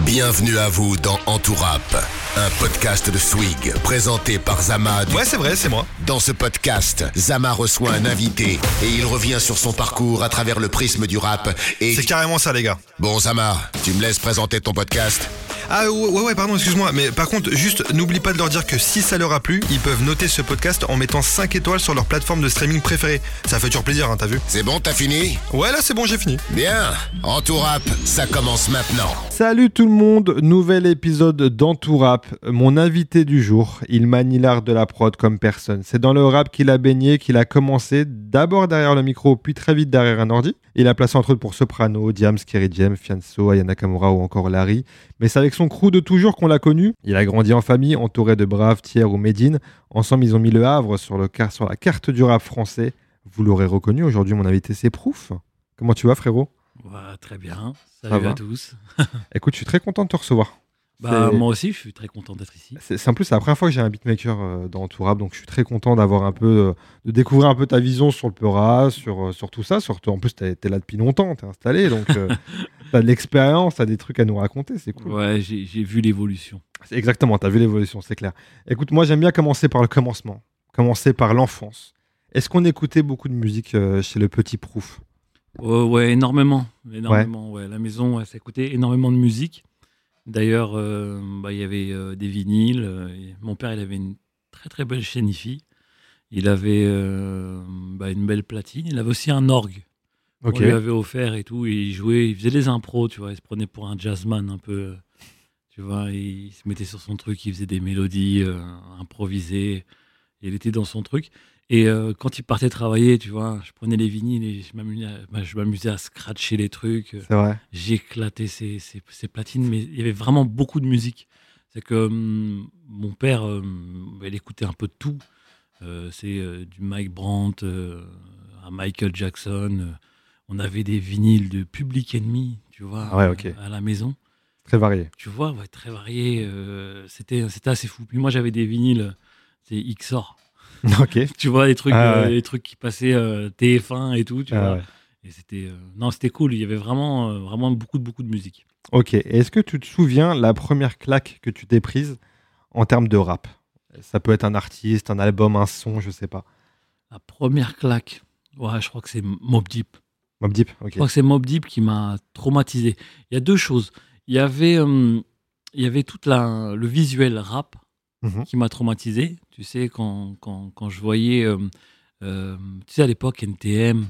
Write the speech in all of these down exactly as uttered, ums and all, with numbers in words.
Bienvenue à vous dans Entourap, un podcast de Swig, présenté par Zama. Du... Ouais, c'est vrai, c'est moi. Dans ce podcast, Zama reçoit un invité et il revient sur son parcours à travers le prisme du rap et... C'est carrément ça, les gars. Bon, Zama, tu me laisses présenter ton podcast ? Ah ouais, ouais, pardon, excuse-moi. Mais par contre, juste, n'oublie pas de leur dire que si ça leur a plu, ils peuvent noter ce podcast en mettant cinq étoiles sur leur plateforme de streaming préférée. Ça fait toujours plaisir, hein, t'as vu ? C'est bon, t'as fini ? Ouais, là, c'est bon, j'ai fini. Bien, Entourap, ça commence maintenant. Salut tout le monde, nouvel épisode d'Entourap. Mon invité du jour, il manie l'art de la prod comme personne. C'est dans le rap qu'il a baigné, qu'il a commencé, d'abord derrière le micro, puis très vite derrière un ordi. Il a placé entre autres pour Soprano, Diams, Kerry James, Fianso, Aya Nakamura ou encore Larry. Mais c'est avec son crew de toujours qu'on l'a connu. Il a grandi en famille, entouré de Braves, Thiers ou Medine. Ensemble, ils ont mis le Havre sur, le car- sur la carte du rap français. Vous l'aurez reconnu, aujourd'hui mon invité c'est Proof. Comment tu vas frérot ? Ouais, très bien, salut à tous. Écoute, je suis très content de te recevoir. Bah, C'est- moi aussi, je suis très content d'être ici. C'est, c'est en plus c'est la première fois que j'ai un beatmaker euh, dans Entourap, donc je suis très content d'avoir un peu euh, de découvrir un peu ta vision sur le Peura, sur, euh, sur tout ça. Surtout en plus t'es, t'es là depuis longtemps, t'es installé, donc euh, t'as de l'expérience, t'as des trucs à nous raconter, c'est cool. Ouais, j'ai, j'ai vu l'évolution. C'est exactement, t'as vu l'évolution, c'est clair. Écoute, moi j'aime bien commencer par le commencement, commencer par l'enfance. Est-ce qu'on écoutait beaucoup de musique euh, chez le petit Proof ? Ouais, ouais, énormément, énormément. Ouais. La maison, ouais, ça écoutait énormément de musique. D'ailleurs, euh, bah, il y avait euh, des vinyles. euh, et mon père, il avait une très très belle chaîne hi-fi. Il avait euh, bah, une belle platine. Il avait aussi un orgue. Ok. On lui avait offert et tout. Et il jouait, il faisait des impros, tu vois. Il se prenait pour un jazzman un peu. euh, Tu vois, et il se mettait sur son truc, il faisait des mélodies euh, improvisées. Il était dans son truc. Et euh, quand il partait travailler, tu vois, je prenais les vinyles et je m'amusais à, bah, je m'amusais à scratcher les trucs. C'est vrai. J'éclatais ces, ces, ces platines, mais il y avait vraiment beaucoup de musique. C'est que hum, mon père, hum, il écoutait un peu de tout. Euh, c'est euh, du Mike Brandt euh, à Michael Jackson. Euh, on avait des vinyles de Public Enemy, tu vois, Ah ouais, ok. euh, à la maison. Très varié. Tu vois, ouais, très varié. euh, c'était, c'était assez fou. Puis moi, j'avais des vinyles, c'est X O R. Ok. Tu vois, les trucs, Ah euh, ouais. les trucs qui passaient euh, T F un et tout, tu Ah vois. ouais. Et c'était, euh, non, c'était cool. Il y avait vraiment, euh, vraiment beaucoup, beaucoup de musique. Ok. Et est-ce que tu te souviens la première claque que tu t'es prise en termes de rap ? Ça peut être un artiste, un album, un son, je sais pas. La première claque, ouais, je crois que c'est Mobb Deep. Mobb Deep, ok. Je crois que c'est Mobb Deep qui m'a traumatisé. Il y a deux choses. Il y avait, euh, il y avait tout le visuel rap Mhm. qui m'a traumatisé. Tu sais, quand, quand, quand je voyais, euh, euh, tu sais, à l'époque, N T M,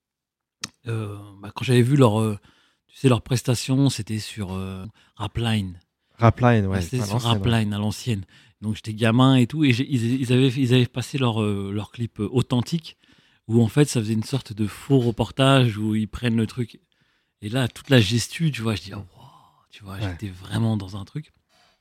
euh, bah, quand j'avais vu leur, euh, tu sais, leurs prestations, c'était sur euh, Rapline. Rapline, ouais. C'était à sur l'ancienne, ouais. Rapline, à l'ancienne. Donc j'étais gamin et tout, et j'ai- ils, ils avaient, ils avaient passé leur, euh, leur clip euh, authentique, où en fait, ça faisait une sorte de faux reportage, où ils prennent le truc. Et là, toute la gestu, tu vois, je dis, oh, wow, tu vois, Ouais. j'étais vraiment dans un truc.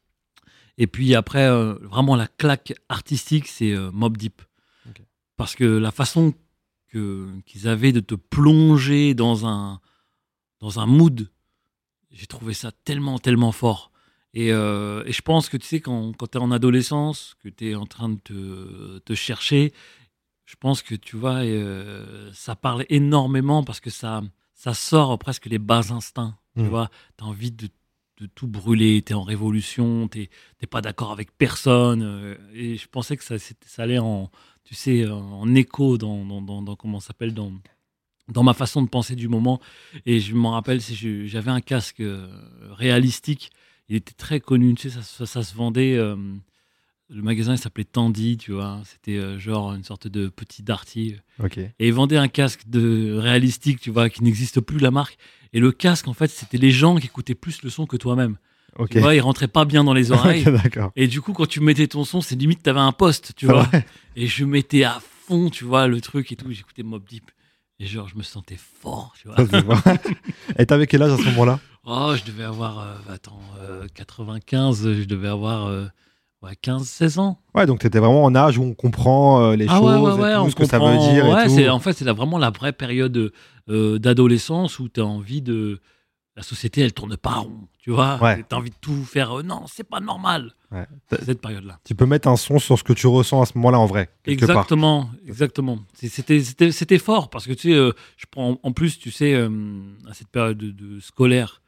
Et puis après, euh, vraiment la claque artistique, c'est euh, Mobb Deep. Ok. Parce que la façon que, qu'ils avaient de te plonger dans un, dans un mood, j'ai trouvé ça tellement, tellement fort. Et, euh, et je pense que tu sais, quand, quand tu es en adolescence, que tu es en train de te, te chercher, je pense que tu vois, euh, ça parle énormément parce que ça, ça sort presque les bas instincts. Tu Mm. vois, tu as envie de, de tout brûler, tu es en révolution, tu n'es pas d'accord avec personne. euh, et je pensais que ça, c'était- ça allait en, tu sais, en écho dans, dans, dans, dans- comment ça s'appelle, dans, dans ma façon de penser du moment. Et je m'en rappelle, c'est, je- j'avais un casque euh, réalistique. Il était très connu, tu sais, ça, ça, ça se vendait. euh, le magasin, il s'appelait Tandy, tu vois. C'était euh, genre une sorte de petit Darty. Ok. Et ils vendaient un casque de réalistique, tu vois, qui n'existe plus, la marque. Et le casque, en fait, c'était les gens qui écoutaient plus le son que toi-même. Ok. Tu vois, il rentrait pas bien dans les oreilles. Ok, d'accord. Et du coup, quand tu mettais ton son, c'est limite, t'avais un poste, tu Ah vois. ouais. Et je mettais à fond, tu vois, le truc et tout. J'écoutais Mobb Deep. Et genre, je me sentais fort, tu vois. Ça se voit. Et t'avais quel âge à ce moment-là ? Oh, je devais avoir, euh, attends, euh, quatre-vingt-quinze, je devais avoir euh, ouais, quinze seize ans. Ouais, donc t'étais vraiment en âge où on comprend euh, les Ah choses ouais, ouais, et ouais, tout, on ce que ça comprend. veut dire Ouais, et tout. c'est, en fait, c'est la- vraiment la vraie période euh, d'adolescence où tu as envie de... La société, elle tourne pas rond, tu vois. Ouais. Tu as envie de tout faire. euh, non, c'est pas normal. Ouais. C'est cette période-là. Tu peux mettre un son sur ce que tu ressens à ce moment-là en vrai, quelque part. Exactement, exactement. C'est- C'était, c'était, c'était fort parce que tu sais, euh, je prends en plus, tu sais, euh, à cette période de, de scolaire,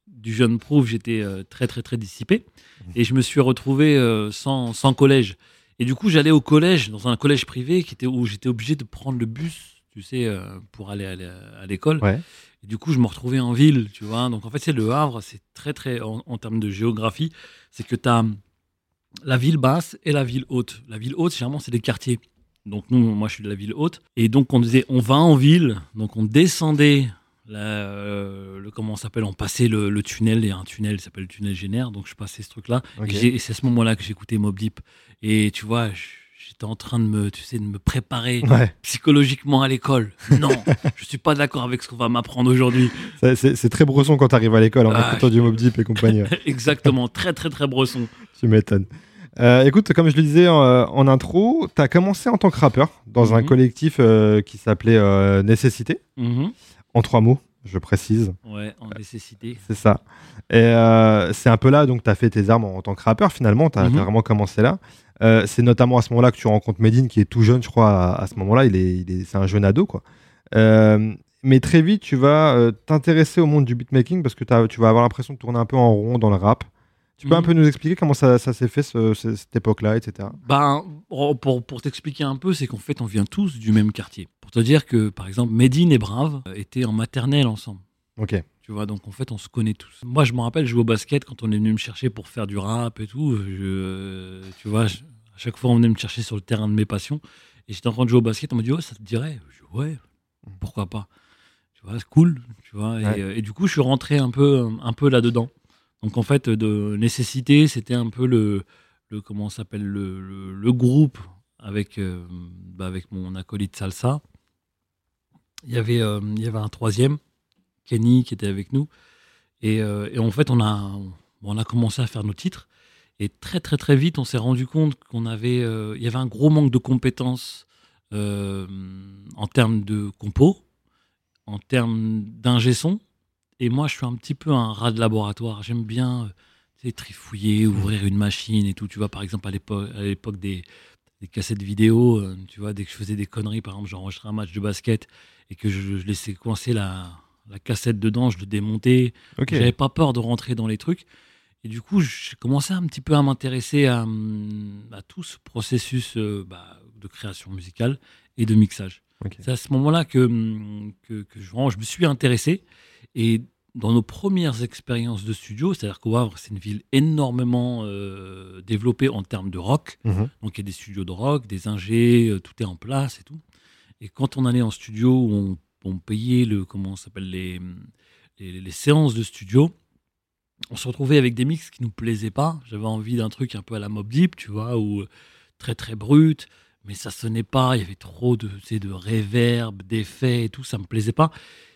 du jeune Proof, j'étais euh, très, très, très dissipé. Et je me suis retrouvé euh, sans, sans collège. Et du coup, j'allais au collège, dans un collège privé qui était, où j'étais obligé de prendre le bus, tu sais, euh, pour aller à l'é- à l'école. Ouais. Et du coup, je me retrouvais en ville, tu vois. Donc, en fait, c'est le Havre, c'est très, très, en, en termes de géographie, c'est que tu as la ville basse et la ville haute. La ville haute, généralement, c'est des quartiers. Donc, nous, moi, je suis de la ville haute. Et donc, on disait, on va en ville. Donc, on descendait, la, euh, le, comment on s'appelle, on passait le, le tunnel. Il y a un tunnel qui s'appelle le tunnel Génère. Donc, je passais ce truc-là. Ok. Et, j'ai- et c'est à ce moment-là que j'écoutais Mobb Deep. Et tu vois, je- j'étais en train de me, tu sais, de me préparer Ouais. psychologiquement à l'école. Non, je suis pas d'accord avec ce qu'on va m'apprendre aujourd'hui. Ça, C'est c'est très Bresson quand t'arrives à l'école, en Ah, écoutant je- du Mobb Deep et compagnie. Ouais. Exactement, très très très Bresson. Tu m'étonnes. Euh, écoute, comme je le disais en, en intro, t'as commencé en tant que rappeur dans un Mhm. collectif euh, qui s'appelait euh, Nécessité, Mhm. en trois mots, je précise. Ouais, en nécessité. C'est ça. Et euh, c'est un peu là, donc, tu as fait tes armes en, en tant que rappeur, finalement. Tu as Mhm. vraiment commencé là. Euh, c'est notamment à ce moment-là que tu rencontres Medine, qui est tout jeune, je crois, à, à ce moment-là. Il est, il est, c'est un jeune ado, quoi. Euh, mais très vite, tu vas euh, t'intéresser au monde du beatmaking parce que t'as- tu vas avoir l'impression de tourner un peu en rond dans le rap. Tu peux un Mhm. peu nous expliquer comment ça, ça s'est fait, ce- ce- cette époque-là, et cetera. Ben, pour, pour, pour t'expliquer un peu, c'est qu'en fait, on vient tous du même quartier. Pour te dire que, par exemple, Medine et Brave euh, étaient en maternelle ensemble. Ok. Tu vois, donc en fait, on se connaît tous. Moi, je me rappelle, je jouais au basket quand on est venu me chercher pour faire du rap et tout. Je, tu vois, je- à chaque fois, on venait me chercher sur le terrain de mes passions. Et j'étais en train de jouer au basket, on m'a dit, oh, ça te dirait? Je dis, ouais, pourquoi pas? Tu vois, c'est cool. Tu vois, et, Ouais. euh, et du coup, je suis rentré un peu, un peu là-dedans. Donc en fait, de nécessité, c'était un peu le, le comment ça s'appelle, le, le, le groupe avec, euh, bah, avec mon acolyte Salsa. Il y avait, euh, il y avait un troisième, Kenny, qui était avec nous. Et, euh, et en fait, on a, bon, on a commencé à faire nos titres. Et très, très, très vite, on s'est rendu compte qu'on avait, euh, il y avait un gros manque de compétences euh, en termes de compo, en termes d'ingé son. Et moi, je suis un petit peu un rat de laboratoire. J'aime bien euh, tu sais, trifouiller, ouvrir une machine et tout. Tu vois, par exemple, à l'époque, à l'époque des, des cassettes vidéo, euh, tu vois, dès que je faisais des conneries, par exemple, j'enregistrais un match de basket et que je, je laissais coincer la, la cassette dedans, je le démontais. Ok. J'avais pas peur de rentrer dans les trucs. Et du coup, j'ai commencé un petit peu à m'intéresser à, hum, à tout ce processus euh, bah, de création musicale et de mixage. Ok. C'est à ce moment-là que, hum, que, que je, vraiment, je me suis intéressé. Et dans nos premières expériences de studio, c'est-à-dire qu'au Havre, c'est une ville énormément euh, développée en termes de rock. Mhm. Donc il y a des studios de rock, des ingés, euh, tout est en place et tout. Et quand on allait en studio, où on, on payait le, comment ça s'appelle, les, les, les séances de studio, on se retrouvait avec des mix qui nous plaisaient pas. J'avais envie d'un truc un peu à la Mobb Deep, tu vois, ou euh, très très brut, mais ça sonnait pas. Il y avait trop de, tu sais, de réverb, d'effets et tout, ça me plaisait pas.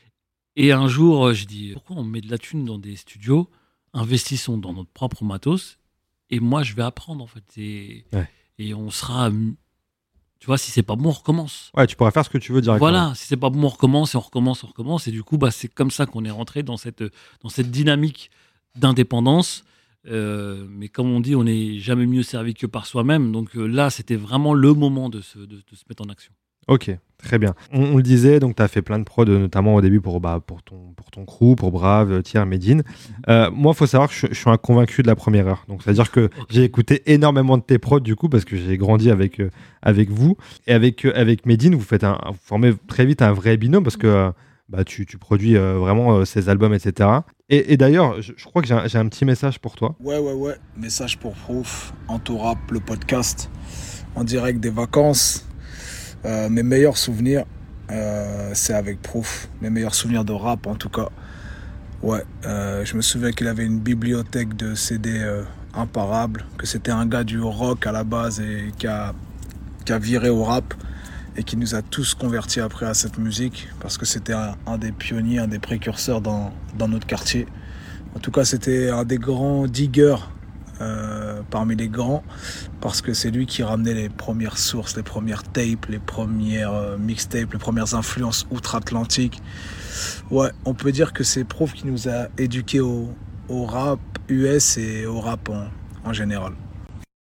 Et un jour, euh, je dis, pourquoi on met de la thune dans des studios? Investissons dans notre propre matos. Et moi, je vais apprendre, en fait. Et, Ouais. et on sera... hum, Tu vois, si c'est pas bon, on recommence. Ouais, tu pourrais faire ce que tu veux directement. Voilà, si c'est pas bon, on recommence et on recommence, on recommence. Et du coup, bah, c'est comme ça qu'on est rentré dans cette, dans cette dynamique d'indépendance. Euh, mais comme on dit, on n'est jamais mieux servi que par soi-même. Donc euh, là, c'était vraiment le moment de se, de, de se mettre en action. Ok, très bien. On, on le disait, donc tu as fait plein de prods, notamment au début pour, bah, pour, ton, pour ton crew, pour Brave, Thier, Medine. Euh, moi, il faut savoir que je, je suis un convaincu de la première heure. Donc, c'est-à-dire que Ok. j'ai écouté énormément de tes prods, du coup, parce que j'ai grandi avec, euh, avec vous. Et avec, euh, avec Medine, vous, faites un, vous formez très vite un vrai binôme, parce que euh, bah, tu, tu produis euh, vraiment euh, ces albums, et cetera. Et, et d'ailleurs, je, je crois que j'ai un, j'ai un petit message pour toi. Ouais, ouais, ouais. Message pour Proof, Entourap, le podcast, en direct des vacances. Euh, mes meilleurs souvenirs, euh, c'est avec Proof. Mes meilleurs souvenirs de rap, en tout cas. Ouais, euh, je me souviens qu'il avait une bibliothèque de C D euh, imparable, que c'était un gars du rock à la base et qui a, qui a viré au rap et qui nous a tous convertis après à cette musique parce que c'était un, un des pionniers, un des précurseurs dans, dans notre quartier. En tout cas, c'était un des grands diggers euh, parmi les grands parce que c'est lui qui ramenait les premières sources, les premières tapes, les premières euh, mixtapes, les premières influences outre-Atlantique. Ouais, on peut dire que c'est Proof qui nous a éduqués au, au rap U S et au rap en, en général.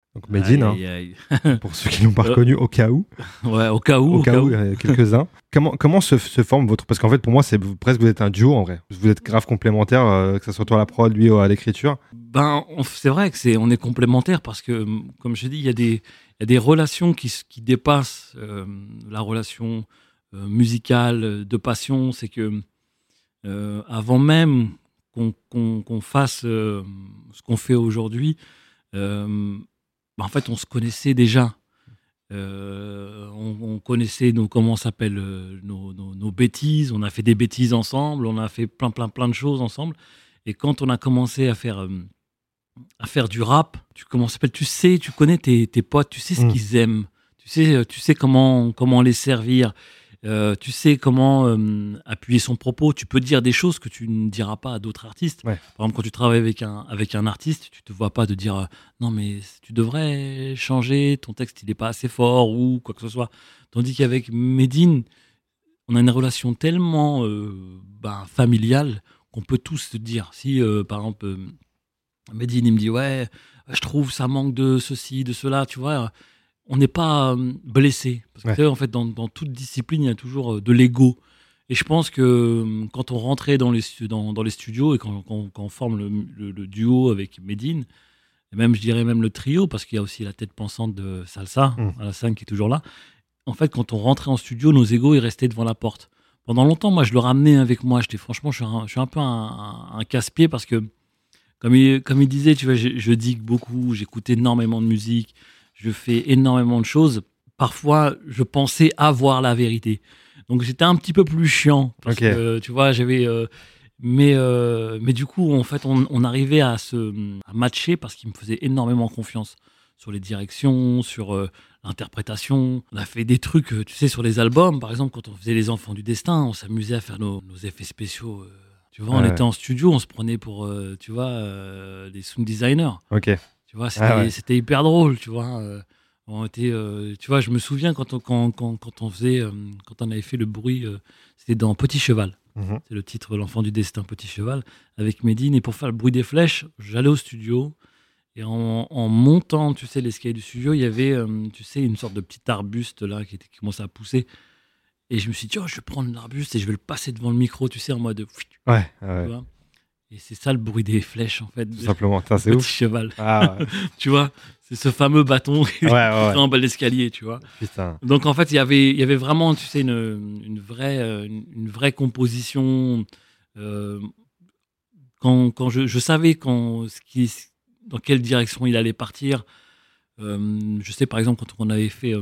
Donc Medine, Aïe, hein, aïe, aïe. pour ceux qui l'ont pas reconnu, au cas où. Ouais, au cas où. Au cas où, il y a quelques-uns. Comment, comment se, se forme votre... Parce qu'en fait, pour moi, c'est presque vous êtes un duo, en vrai. Vous êtes grave complémentaires, euh, que ce soit toi à la prod, lui à l'écriture. Ben, on- c'est vrai que c'est, on est complémentaires parce que, comme je dis, il y a des, il y a des relations qui, s- qui dépassent euh, la relation euh, musicale, de passion. C'est que euh, avant même qu'on, qu'on, qu'on fasse euh, ce qu'on fait aujourd'hui, euh, ben, en fait, on se connaissait déjà. Euh, on, on connaissait nos, comment ça s'appelle, euh, nos, nos, nos bêtises. On a fait des bêtises ensemble. On a fait plein, plein, plein de choses ensemble. Et quand on a commencé à faire euh, à faire du rap, tu commences, tu sais, tu connais tes, tes potes, tu sais ce Mm. qu'ils aiment, tu sais, tu sais comment, comment les servir, euh, tu sais comment euh, appuyer son propos. Tu peux dire des choses que tu ne diras pas à d'autres artistes. Ouais. Par exemple, quand tu travailles avec un, avec un artiste, tu te vois pas de dire euh, non, mais tu devrais changer, ton texte il n'est pas assez fort ou quoi que ce soit. Tandis qu'avec Medine, on a une relation tellement euh, ben, familiale qu'on peut tous se dire. Si, euh, par exemple, euh, Medine, il me dit ouais, je trouve ça manque de ceci, de cela, tu vois. On n'est pas euh, blessé. Parce que Ouais. tu sais, en fait, dans, dans toute discipline, il y a toujours euh, de l'ego. Et je pense que euh, quand on rentrait dans les, stu- dans, dans les studios et quand, quand- quand on forme le, le- le duo avec Medine, et même, je dirais même le trio, parce qu'il y a aussi la tête pensante de Salsa, Mm. à la scène qui est toujours là. En fait, quand on rentrait en studio, nos égos, ils restaient devant la porte. Pendant longtemps, moi, je le ramenais avec moi. J'étais, franchement, je suis un, je suis un peu un, un- un casse-pied parce que comme il, comme il disait, tu vois, je, je digue beaucoup, j'écoute énormément de musique, je fais énormément de choses. Parfois, je pensais avoir la vérité. Donc, j'étais un petit peu plus chiant. Parce Ok. que, tu vois, j'avais. euh, mais, euh, mais du coup, en fait, on, on arrivait à se à matcher parce qu'il me faisait énormément confiance sur les directions, sur euh, l'interprétation. On a fait des trucs, euh, tu sais, sur les albums. Par exemple, quand on faisait Les Enfants du Destin, on s'amusait à faire nos, nos effets spéciaux. euh, tu vois, on Ouais, était ouais. en studio, on se prenait pour, euh, tu vois, euh, des sound designers. Ok. Tu vois, c'était Ah ouais. c'était hyper drôle, tu vois. euh, on était, euh, tu vois, je me souviens quand on, quand, quand, quand on faisait, euh, quand on avait fait le bruit, euh, c'était dans Petit Cheval. Mhm. C'est le titre L'Enfant du Destin, Petit Cheval, avec Medine. Et pour faire le bruit des flèches, j'allais au studio. Et en, en montant, tu sais, l'escalier du studio, il y avait, euh, tu sais, une sorte de petit arbuste là qui, était, qui commençait à pousser. Et je me suis dit, oh, je vais prendre l'arbuste et je vais le passer devant le micro, tu sais, en mode. Ouais, Tu ouais. vois. Et c'est ça le bruit des flèches, en fait. Tout de simplement. Putain, c'est Petit ouf. Cheval. Ah ouais. Tu vois, c'est ce fameux bâton qui Ouais, ouais, est ouais. en bas de l'escalier, tu vois. Putain. Donc en fait, il y avait, il y avait vraiment, tu sais, une, une vraie, euh, une, une vraie composition. euh, quand, quand je, je savais quand, ce qui, dans quelle direction il allait partir. Euh, je sais par exemple quand on avait fait euh,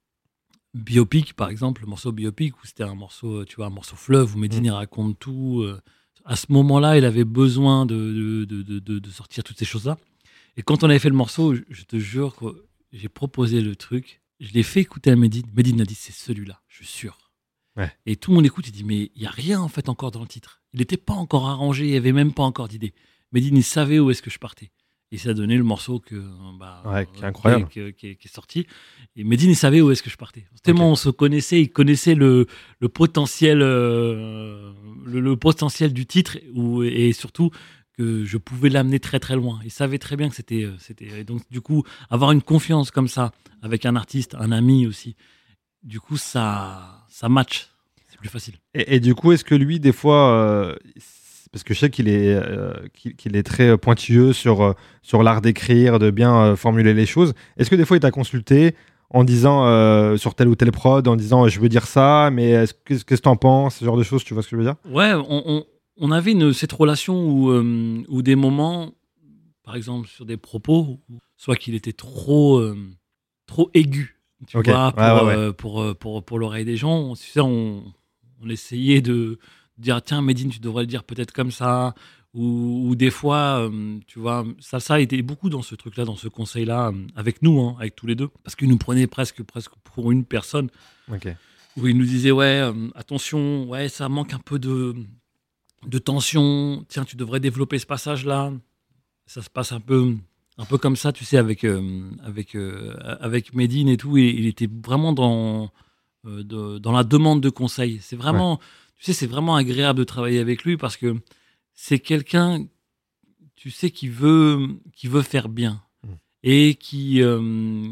Biopic, par exemple, le morceau Biopic, où c'était un morceau, euh, tu vois, un morceau fleuve où Medine Mm. il raconte tout. euh, à ce moment-là, il avait besoin de, de, de, de- de- de sortir toutes ces choses-là. Et quand on avait fait le morceau, je, je te jure que j'ai proposé le truc, je l'ai fait écouter à Medine. Medine a dit c'est celui-là, je suis sûr. Ouais. Et tout le monde écoute, il dit mais il y a rien en fait encore dans le titre. Il n'était pas encore arrangé, il n'y avait même pas encore d'idée. Medine il savait où est-ce que je partais. Et ça a donné le morceau que, bah, Ouais, qui est euh, incroyable. Qui, est, qui est- qui est sorti. Et Medine il savait où est-ce que je partais. Tellement Ok. on se connaissait, il connaissait le, le potentiel, euh, le, le potentiel du titre où- et surtout que je pouvais l'amener très très loin. Il savait très bien que c'était, euh, c'était. Et donc du coup, avoir une confiance comme ça avec un artiste, un ami aussi, du coup ça, ça match. C'est plus facile. Et, et du coup, est-ce que lui, des fois, euh, c'est- parce que je sais qu'il est, euh, qu'il, qu'il est très pointilleux sur, euh, sur l'art d'écrire, de bien euh, formuler les choses, est-ce que des fois il t'a consulté en disant euh, sur telle ou telle prod, en disant je veux dire ça, mais est-ce que- qu'est-ce que t'en penses, ce genre de choses, tu vois ce que je veux dire? Ouais, on, on, on avait une, cette relation où, euh, où des moments, par exemple sur des propos, où- soit qu'il était trop, euh, trop aigu, tu Ok. vois, Ouais, pour, ouais, ouais. euh, pour, euh, pour, pour l'oreille des gens. Tu sais, on, on essayait de dire tiens, Medine, tu devrais le dire peut-être comme ça. Ou, ou des fois, euh, tu vois, ça, ça a été beaucoup dans ce truc-là, dans ce conseil-là, euh, avec nous, hein, avec tous les deux, parce qu'il nous prenait presque, presque pour une personne, Ok. où il nous disait ouais, euh, attention, ouais, ça manque un peu de, de tension. Tiens, tu devrais développer ce passage-là. Ça se passe un peu, un peu comme ça, tu sais, avec, euh, avec, euh, avec Medine et tout. Et il était vraiment dans, euh, de- dans la demande de conseils. C'est vraiment, tu sais, c'est vraiment agréable de travailler avec lui parce que c'est quelqu'un, tu sais, qui veut, qui veut faire bien. Mm. et qui, euh,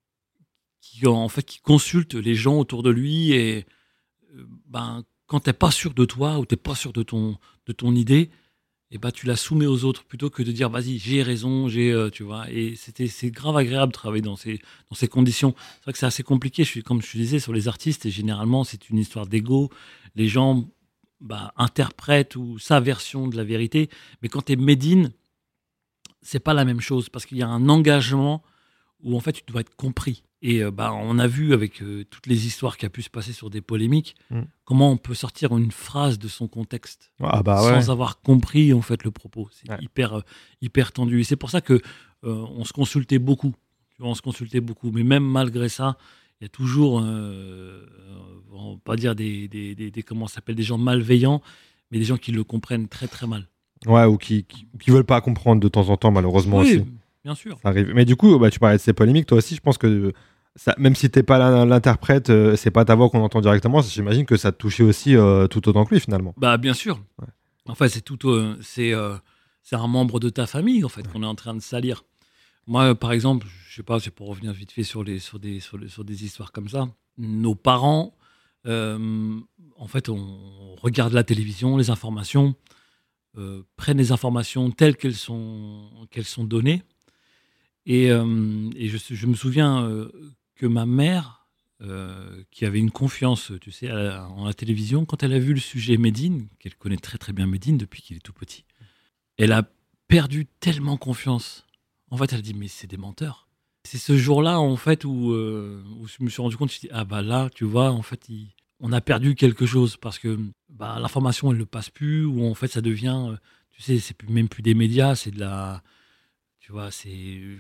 qui, en fait, qui consulte les gens autour de lui. Et euh, ben, quand tu n'es pas sûr de toi ou tu n'es pas sûr de ton, de ton idée, et ben, tu la soumets aux autres plutôt que de dire vas-y, j'ai raison, j'ai, euh, tu vois. Et c'était, c'est grave agréable de travailler dans ces, dans ces conditions. C'est vrai que c'est assez compliqué, je suis, comme je te disais, sur les artistes, et généralement, c'est une histoire d'ego. Les gens bah, interprètent ou sa version de la vérité. Mais quand tu es Medine, c'est pas la même chose parce qu'il y a un engagement où en fait tu dois être compris. Et euh, bah, on a vu avec euh, toutes les histoires qui a pu se passer sur des polémiques, Mm. comment on peut sortir une phrase de son contexte Ah bah ouais. sans avoir compris en fait le propos. C'est Ouais. hyper euh, hyper tendu. Et c'est pour ça que euh, on se consultait beaucoup. Tu vois, on se consultait beaucoup. Mais même malgré ça, il y a toujours, euh, euh, on va pas dire des, des, des, des- comment ça s'appelle, des gens malveillants, mais des gens qui le comprennent très très mal. Ouais, ou qui, qui, qui veulent pas comprendre de temps en temps, malheureusement Oui, aussi. bien sûr. Ça arrive. Mais du coup, bah, tu parlais de ces polémiques, toi aussi, je pense que ça, même si t'es pas l'in- l'interprète, euh, c'est pas ta voix qu'on entend directement, j'imagine que ça te touchait aussi euh, tout autant que lui finalement. Bah bien sûr. Ouais. Enfin, c'est tout, euh, c'est euh, c'est un membre de ta famille en fait qu'on est en train de salir. Moi, euh, par exemple, je sais pas, c'est pour revenir vite fait sur les sur des sur, les- sur des histoires comme ça. Nos parents, euh, en fait, on regarde la télévision, les informations, euh, prennent les informations telles qu'elles sont qu'elles sont données. Et, euh, et je, je me souviens euh, que ma mère, euh, qui avait une confiance, tu sais, à la- en la télévision, quand elle a vu le sujet Médine, qu'elle connaît très très bien Médine depuis qu'il est tout petit, elle a perdu tellement confiance. En fait, elle a dit mais c'est des menteurs. C'est ce jour-là en fait où, euh, où je me suis rendu compte, je me suis dit ah bah là, tu vois, en fait, il- on a perdu quelque chose parce que bah, l'information elle ne passe plus, ou en fait ça devient, euh, tu sais, c'est plus, même plus des médias, c'est de la tu vois, c'est.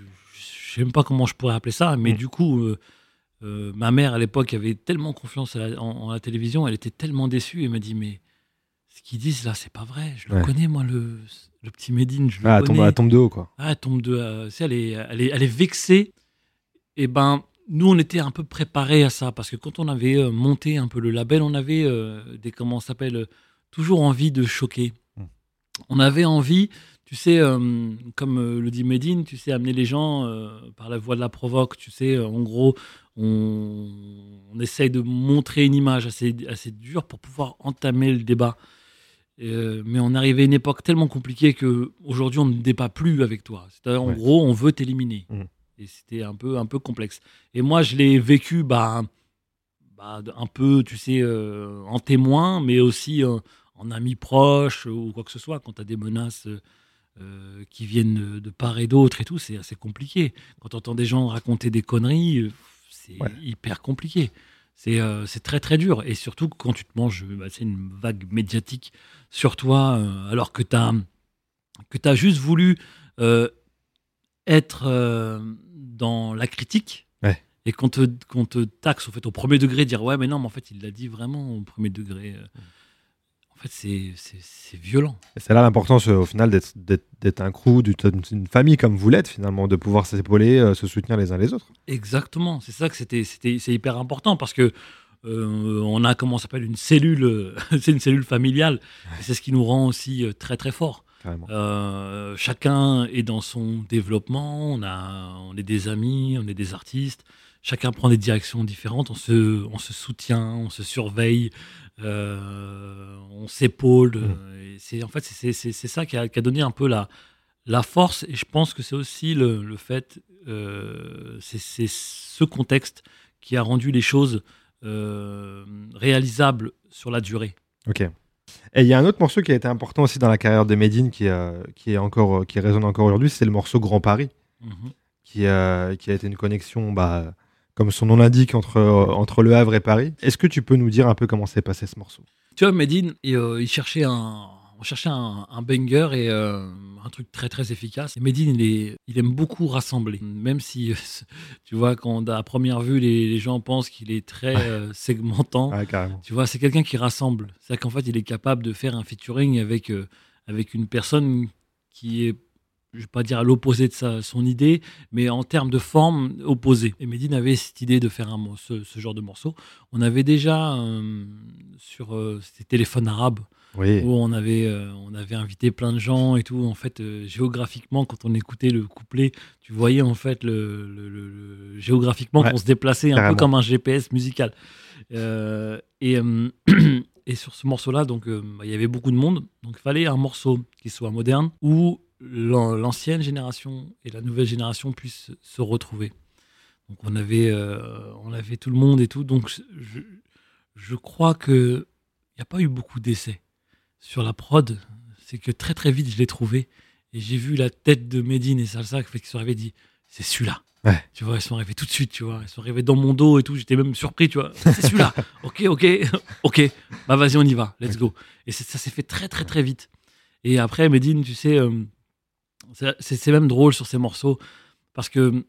Je sais même pas comment je pourrais appeler ça, mais Mm. du coup, euh, euh, ma mère à l'époque avait tellement confiance à la- en, en la télévision, elle était tellement déçue, elle m'a dit mais ce qu'ils disent là, c'est pas vrai. Je le Ouais. connais moi, le, le petit Médine, je le Ah, elle tombe, connais. elle tombe de haut, quoi. Ah, elle tombe de. euh, tu sais, elle est, elle est, elle est vexée. Et ben, nous, on était un peu préparés à ça parce que quand on avait euh, monté un peu le label, on avait euh, des comment ça s'appelle, euh, toujours envie de choquer. Mm. On avait envie, tu sais, euh, comme euh, le dit Medine, tu sais, amener les gens euh, par la voie de la provoque. Tu sais, euh, en gros, on, on essaye de montrer une image assez, assez dure pour pouvoir entamer le débat. Euh, mais on arrivait à une époque tellement compliquée que aujourd'hui on ne débat plus avec toi. C'est-à-dire, en Ouais. gros, on veut t'éliminer. Mm. Et c'était un peu, un peu complexe. Et moi, je l'ai vécu bah, bah, un peu, tu sais, euh, en témoin, mais aussi euh, en ami proche ou quoi que ce soit. Quand tu as des menaces euh, qui viennent de, de part et d'autre et tout, c'est assez compliqué. Quand tu entends des gens raconter des conneries, euh, c'est Ouais. hyper compliqué. C'est euh, c'est très très dur. Et surtout quand tu te manges bah, c'est une vague médiatique sur toi, euh, alors que tu as que tu as juste voulu euh, être euh, dans la critique. Ouais. Et qu'on te, qu'on te taxe au, fait, au premier degré, dire ouais, mais non, mais en fait, il l'a dit vraiment au premier degré. euh. En fait, c'est, c'est, c'est violent. Et c'est là l'importance, euh, au final, d'être, d'être, d'être un crew, d'être une famille comme vous l'êtes, finalement, de pouvoir s'épauler, euh, se soutenir les uns les autres. Exactement. C'est ça que c'était, c'était, c'est hyper important parce que euh, on a, comment ça s'appelle, une cellule, euh, c'est une cellule familiale. Et c'est ce qui nous rend aussi euh, très, très forts. Carrément. Euh, chacun est dans son développement, on, a, on est des amis, on est des artistes, chacun prend des directions différentes, on se, on se soutient, on se surveille, euh, on s'épaule. Mmh. euh, et c'est, en fait, c'est, c'est, c'est ça qui a, qui a donné un peu la, la force, et je pense que c'est aussi le, le fait, euh, c'est, c'est ce contexte qui a rendu les choses euh, réalisables sur la durée. Ok. Et il y a un autre morceau qui a été important aussi dans la carrière de Medine, qui, euh, qui, est encore, euh, qui résonne encore aujourd'hui, c'est le morceau Grand Paris, Mhm. qui, euh, qui a été une connexion, bah, comme son nom l'indique, entre, euh, entre Le Havre et Paris. Est-ce que tu peux nous dire un peu comment s'est passé ce morceau? Tu vois, Medine, et, euh, il cherchait un, on cherchait un, un banger et euh, un truc très très efficace. Et Medine, il, est, il aime beaucoup rassembler, même si, euh, tu vois, quand à première vue, les, les gens pensent qu'il est très euh, segmentant. Ouais, carrément. Tu vois, c'est quelqu'un qui rassemble. C'est-à-dire qu'en fait, il est capable de faire un featuring avec, euh, avec une personne qui est, je ne vais pas dire à l'opposé de sa, son idée, mais en termes de forme, opposée. Et Medine avait cette idée de faire un, mo- ce, ce genre de morceau. On avait déjà, euh, sur euh, c'était Téléphone arabe, Oui. où on avait, euh, on avait invité plein de gens et tout. En fait, euh, géographiquement, quand on écoutait le couplet, tu voyais en fait le, le- le- le- géographiquement Ouais, qu'on se déplaçait un carrément. peu comme un G P S musical. Euh, et, euh, et sur ce morceau-là, donc euh, bah, il y avait beaucoup de monde, donc il fallait un morceau qui soit moderne où l'an- l'ancienne génération et la nouvelle génération puissent se retrouver. Donc on avait, euh, on avait tout le monde et tout. Donc je, je crois que il n'y a pas eu beaucoup d'essais sur la prod. C'est que très très vite je l'ai trouvé et j'ai vu la tête de Medine et Salsa qui sont arrivés et dit c'est celui-là. Ouais. Tu vois, ils sont arrivés tout de suite, tu vois. Ils sont arrivés dans mon dos et tout. J'étais même surpris, tu vois. C'est celui-là. Ok, ok, ok. Bah vas-y, on y va. Let's go. Et c'est- ça s'est fait très très très vite. Et après, Medine, tu sais, euh, c'est c'est même drôle sur ces morceaux parce que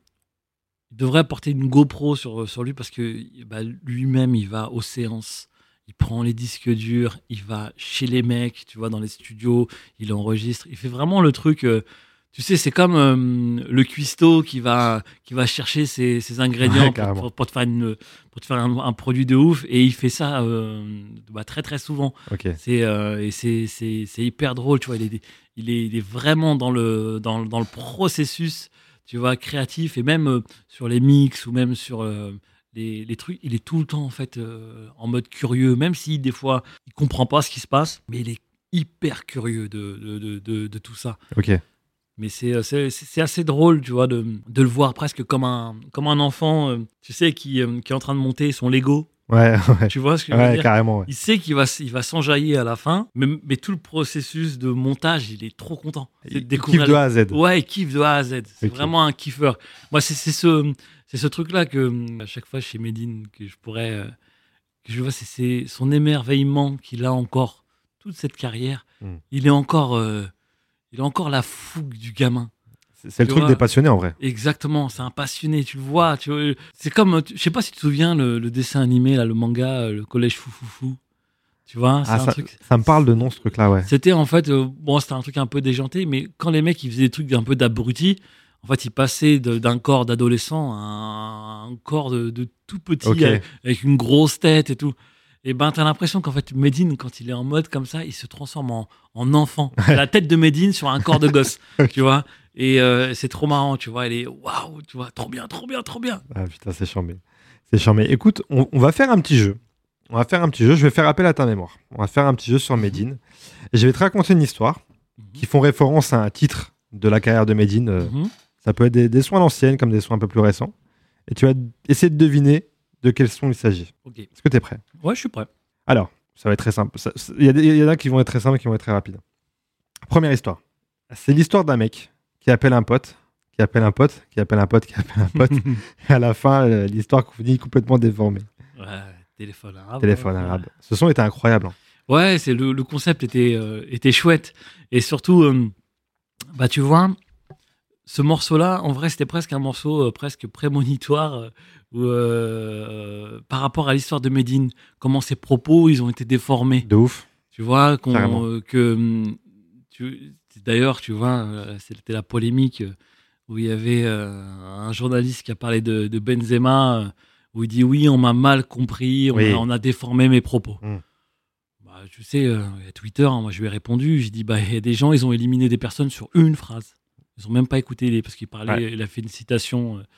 il devrait porter une GoPro sur, sur lui parce que bah, lui-même, il va aux séances, il prend les disques durs, il va chez les mecs, tu vois, dans les studios, il enregistre. Il fait vraiment le truc. euh, tu sais, c'est comme euh, le cuistot qui va, qui va chercher ses, ses ingrédients Ouais, pour, carrément. pour- pour te faire, une, pour te faire un, un produit de ouf. Et il fait ça euh, bah, très, très souvent. Ok. C'est euh, et c'est c'est c'est hyper drôle, tu vois. Il est il est il est vraiment dans le dans, le- dans le processus, tu vois, créatif et même euh, sur les mix ou même sur euh, les, les trucs, il est tout le temps en fait euh, en mode curieux, même si des fois il comprend pas ce qui se passe, mais il est hyper curieux de de, de, de, de tout ça. Ok. Mais c'est euh, c'est c'est- c'est assez drôle, tu vois, de, de le voir presque comme un comme un enfant, euh, tu sais, qui euh, qui est en train de monter son Lego. Ouais, ouais. Tu vois ce que je veux Ouais, dire? carrément. Ouais. Il sait qu'il va, s- il va s'enjailler à la fin, mais, mais tout le processus de montage, il est trop content. C'est de Il découvrir kiffe de les- A à Z. Ouais, il kiffe de A à Z. C'est Ok. vraiment un kiffeur. Moi, c'est c'est ce, c'est ce truc-là que, hum, à chaque fois chez Medine, que je pourrais. euh, que je vois, c'est- c'est son émerveillement qu'il a encore, toute cette carrière. Mm. Il est encore. euh, il a encore la fougue du gamin. C'est c'est le Tu truc vois. des passionnés en vrai. Exactement, c'est un passionné, tu le vois. Tu vois. C'est comme, tu- je sais pas si tu te souviens, le, le dessin animé, là, le manga, euh, le collège foufoufou. Tu vois, c'est Ah, un ça, truc. ça me parle de nom ce truc-là, ouais. C'était en fait, euh, bon, c'était un truc un peu déjanté, mais quand les mecs ils faisaient des trucs un peu d'abrutis, en fait, ils passaient de- d'un corps d'adolescent à un corps de, de tout petit Ok. avec, avec une grosse tête et tout. Et ben, t'as l'impression qu'en fait, Medine, quand il est en mode comme ça, il se transforme en, en enfant. C'est la tête de Medine sur un corps de gosse, tu vois. Et euh, c'est trop marrant, tu vois. Elle est waouh, tu vois, trop bien, trop bien, trop bien. Ah putain, c'est charmé. C'est charmé. Écoute, on, on va faire un petit jeu. On va faire un petit jeu. Je vais faire appel à ta mémoire. On va faire un petit jeu sur Medine. Et je vais te raconter une histoire qui font référence à un titre de la carrière de Medine. Euh, Mhm. Ça peut être des, des sons à l'ancienne comme des sons un peu plus récents. Et tu vas essayer de deviner de quel son il s'agit. Ok. Est-ce que tu es prêt? Ouais, je suis prêt. Alors, ça va être très simple. Ça- ça- Il y, a des- il y en a qui vont être très simples et qui vont être très rapides. Première histoire. C'est l'histoire d'un mec qui appelle un pote, qui appelle un pote, qui appelle un pote, qui appelle un pote. Et à la fin, euh, l'histoire finit complètement déformée. Ouais, téléphone arabe. Téléphone ouais. arabe. Ce son était incroyable. hein. Ouais, c'est le, le concept était, euh, était chouette. Et surtout, euh, bah, tu vois, ce morceau-là, en vrai, c'était presque un morceau euh, presque prémonitoire euh, où, euh, par rapport à l'histoire de Medine, comment ses propos, ils ont été déformés. De ouf. Tu vois, qu'on, Carrément. euh, que. hum, tu- D'ailleurs, tu vois, euh, c'était la polémique euh, où il y avait euh, un journaliste qui a parlé de, de Benzema, euh, où il dit oui, on m'a mal compris, on, Oui. a, on a déformé mes propos. Mm. Bah, tu sais, euh, il y a Twitter, hein, moi je lui ai répondu, j'ai dit, bah, il y a des gens, ils ont éliminé des personnes sur une phrase. Ils n'ont même pas écouté, les, parce qu'il parlait, Ouais. il a fait une citation. euh,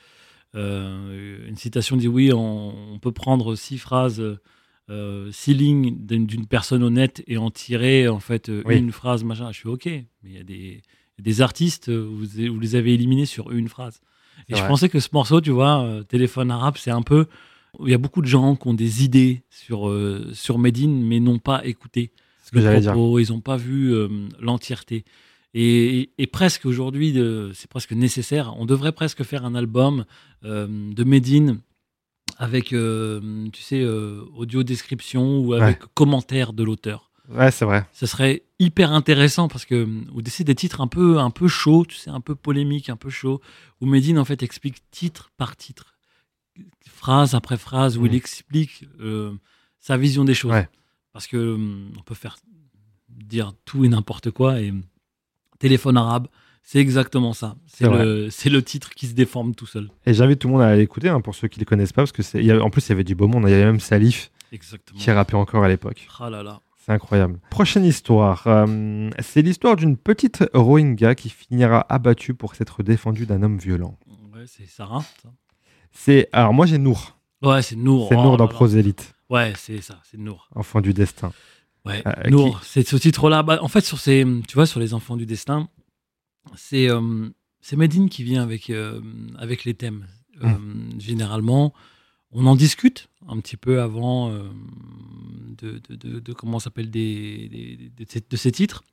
euh, une citation dit oui, on, on peut prendre six phrases, euh, six lignes d'une d'une personne honnête et en tirer en fait euh, Oui. une phrase, machin. Je suis ok, mais il y a des, il y a des artistes, euh, vous, vous les avez éliminés sur une phrase. Et C'est je vrai. pensais que ce morceau, tu vois, euh, Téléphone arabe, c'est un peu. Il y a beaucoup de gens qui ont des idées sur, euh, sur Medine, mais n'ont pas écouté C'est ce que le j'allais dire. propos, ils n'ont pas vu euh, l'entièreté. Et, et- et presque aujourd'hui, de- c'est presque nécessaire. On devrait presque faire un album euh, de Medine avec, euh, tu sais, euh, audio description ou avec commentaire de l'auteur. Ouais, c'est vrai. Ça serait hyper intéressant parce que ou c'est des titres un peu un peu chauds, tu sais, un peu polémiques, un peu chauds, où Medine en fait explique titre par titre, phrase après phrase, où Mhm. il explique euh, sa vision des choses. Ouais. Parce que hum, on peut faire dire tout et n'importe quoi et hum, Téléphone arabe, c'est exactement ça. C'est C'est le c'est le titre qui se déforme tout seul. Et j'invite tout le monde à aller l'écouter, hein, pour ceux qui ne le connaissent pas, parce que c'est... il y avait- en plus, il y avait du beau monde. Il y avait même Salif Exactement. qui rappait encore à l'époque. Ah là là. C'est incroyable. Prochaine histoire. Euh, c'est l'histoire d'une petite Rohingya qui finira abattue pour s'être défendue d'un homme violent. Ouais, c'est Sarah, ça. C'est alors moi j'ai Nour. Ouais, c'est Nour. C'est Oh Nour là dans là. Prosélyte. Ouais, c'est ça, c'est Nour. Enfant du destin. Ouais, Euh, Nour, c'est ce titre-là. Bah, en fait, sur ces, tu vois, sur les enfants du destin, c'est euh, c'est Medine qui vient avec euh, avec les thèmes. Euh, Généralement, on en discute un petit peu avant euh, de, de, de, de comment ça s'appelle des, des- de, ces- de ces titres.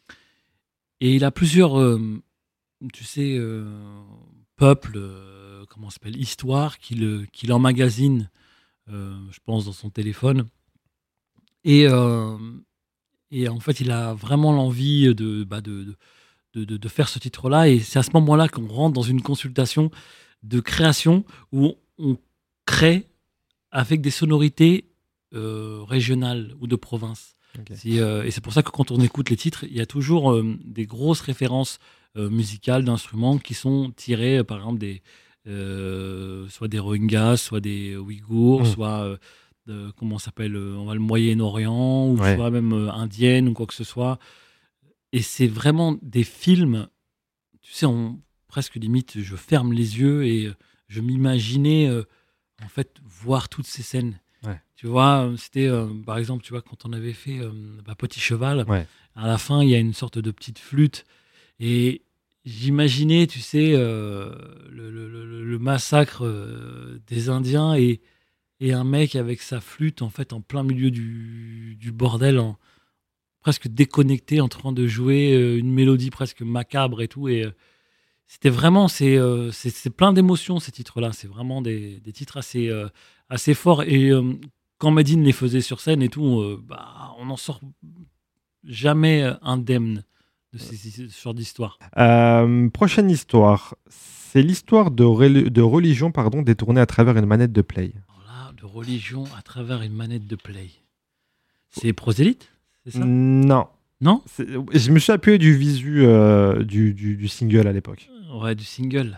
Et il a plusieurs, euh, tu sais, euh, peuples, euh, comment ça s'appelle, histoires qu'il qu'il emmagasine, euh, je pense, dans son téléphone. Et, euh, et en fait, il a vraiment l'envie de, bah, de, de, de, de faire ce titre-là. Et c'est à ce moment-là qu'on rentre dans une consultation de création où on crée avec des sonorités euh, régionales ou de province. Ok. Si, euh, et c'est pour ça que quand on écoute les titres, il y a toujours euh, des grosses références euh, musicales d'instruments qui sont tirées, euh, par exemple, des, euh, soit des Rohingyas, soit des Ouïghours, Mm. soit euh, de, comment ça s'appelle, euh, on va le Moyen-Orient, ou Ouais. soit même euh, indienne ou quoi que ce soit. Et c'est vraiment des films, tu sais, on, presque limite, je ferme les yeux et euh, je m'imaginais euh, en fait voir toutes ces scènes. Ouais. Tu vois, euh, c'était euh, par exemple, tu vois, quand on avait fait euh, bah, Petit Cheval, Ouais. à la fin, il y a une sorte de petite flûte et j'imaginais, tu sais, euh, le, le- le- le massacre euh, des Indiens et, et un mec avec sa flûte en fait en plein milieu du, du bordel, en, presque déconnecté, en train de jouer euh, une mélodie presque macabre et tout. Et euh, c'était vraiment, c'est euh, c'est c'est plein d'émotions ces titres-là. C'est vraiment des, des titres assez, euh, assez forts. Et euh, quand Medine les faisait sur scène et tout, euh, bah, on n'en sort jamais euh, indemne de ces, ce genre d'histoire. Euh, prochaine histoire. C'est l'histoire de, rel- de religion pardon, détournée à travers une manette de play. Alors là, de religion à travers une manette de play. C'est Prosélyte, c'est ça Non. Non C'est- Je me suis appuyé du visu euh, du, du- du single à l'époque. Ouais, du single.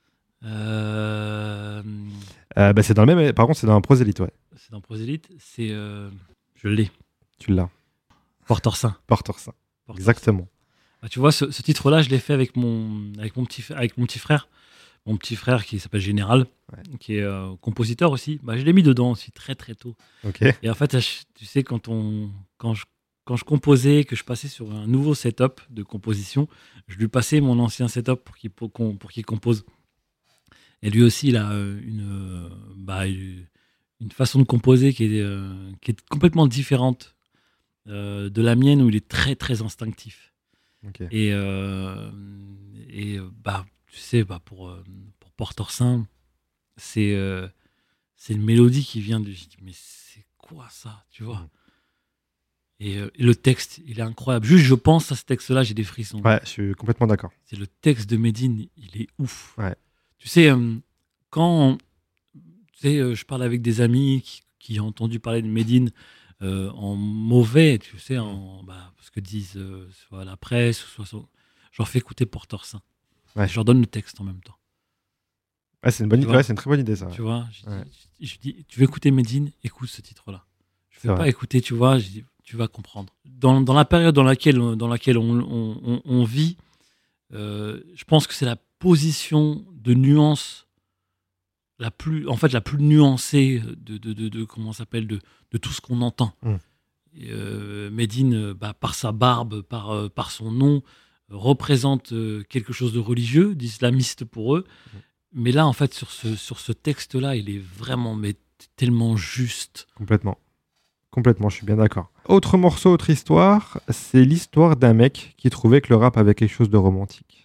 Euh, Euh, bah, c'est dans le même. Par contre, c'est dans un prosélyte, ouais. c'est dans Prosélyte. C'est. euh, je l'ai. Tu l'as. Porteur-Saint. Porteur Saint. Porteur-Saint. Exactement. Bah, tu vois, ce, ce titre-là, je l'ai fait avec mon, avec, mon petit, avec mon petit frère. Mon petit frère qui s'appelle Général, Ouais. qui est euh, compositeur aussi. Bah, je l'ai mis dedans aussi très très tôt. Ok. Et en fait, je- tu sais, quand, on, quand, je, quand je composais, que je passais sur un nouveau setup de composition, je lui passais mon ancien setup pour qu'il, pour qu'on- pour qu'il compose. Et lui aussi, il a euh, une, euh, bah, une une façon de composer qui est, euh, qui est complètement différente euh, de la mienne, où il est très très instinctif. Ok. Et, euh, et euh, bah, tu sais, bah, pour, euh, pour Porteur-Saint, c'est euh, c'est une mélodie qui vient de. Je dis, mais c'est quoi ça, tu vois? Mhm. Et, euh, et le texte, il est incroyable. Juste, je pense à ce texte-là, j'ai des frissons. Ouais, je suis complètement d'accord. C'est le texte de Medine, il est ouf. Ouais. Tu sais, euh, quand tu sais, euh, je parle avec des amis qui, qui ont entendu parler de Medine euh, en mauvais, tu sais, en, bah, ce que disent euh, soit la presse, soit son- je leur fais écouter Porteur-Saint. Ouais. Je leur donne le texte en même temps. Ouais, c'est une bonne Tu idée. vois Ouais, c'est une très bonne idée, ça. Tu vois, je, dis- Ouais. je- je dis, tu veux écouter Medine, écoute ce titre-là. Je C'est ne vais vrai. pas écouter, tu vois, je dis, tu vas comprendre. Dans, dans la période dans laquelle, dans laquelle on, on- on- on vit, euh, je pense que c'est la position de nuance la plus, en fait, la plus nuancée de, de, de, de- comment ça s'appelle, de, de tout ce qu'on entend. Mm. Et, euh, Medine, euh, bah, par sa barbe, par, euh, par son nom, euh, représente euh, quelque chose de religieux, d'islamiste pour eux. Mm. Mais là, en fait, sur ce, sur ce texte-là, il est vraiment mais, tellement juste. Complètement. Complètement, je suis bien d'accord. Autre morceau, autre histoire, c'est l'histoire d'un mec qui trouvait que le rap avait quelque chose de romantique.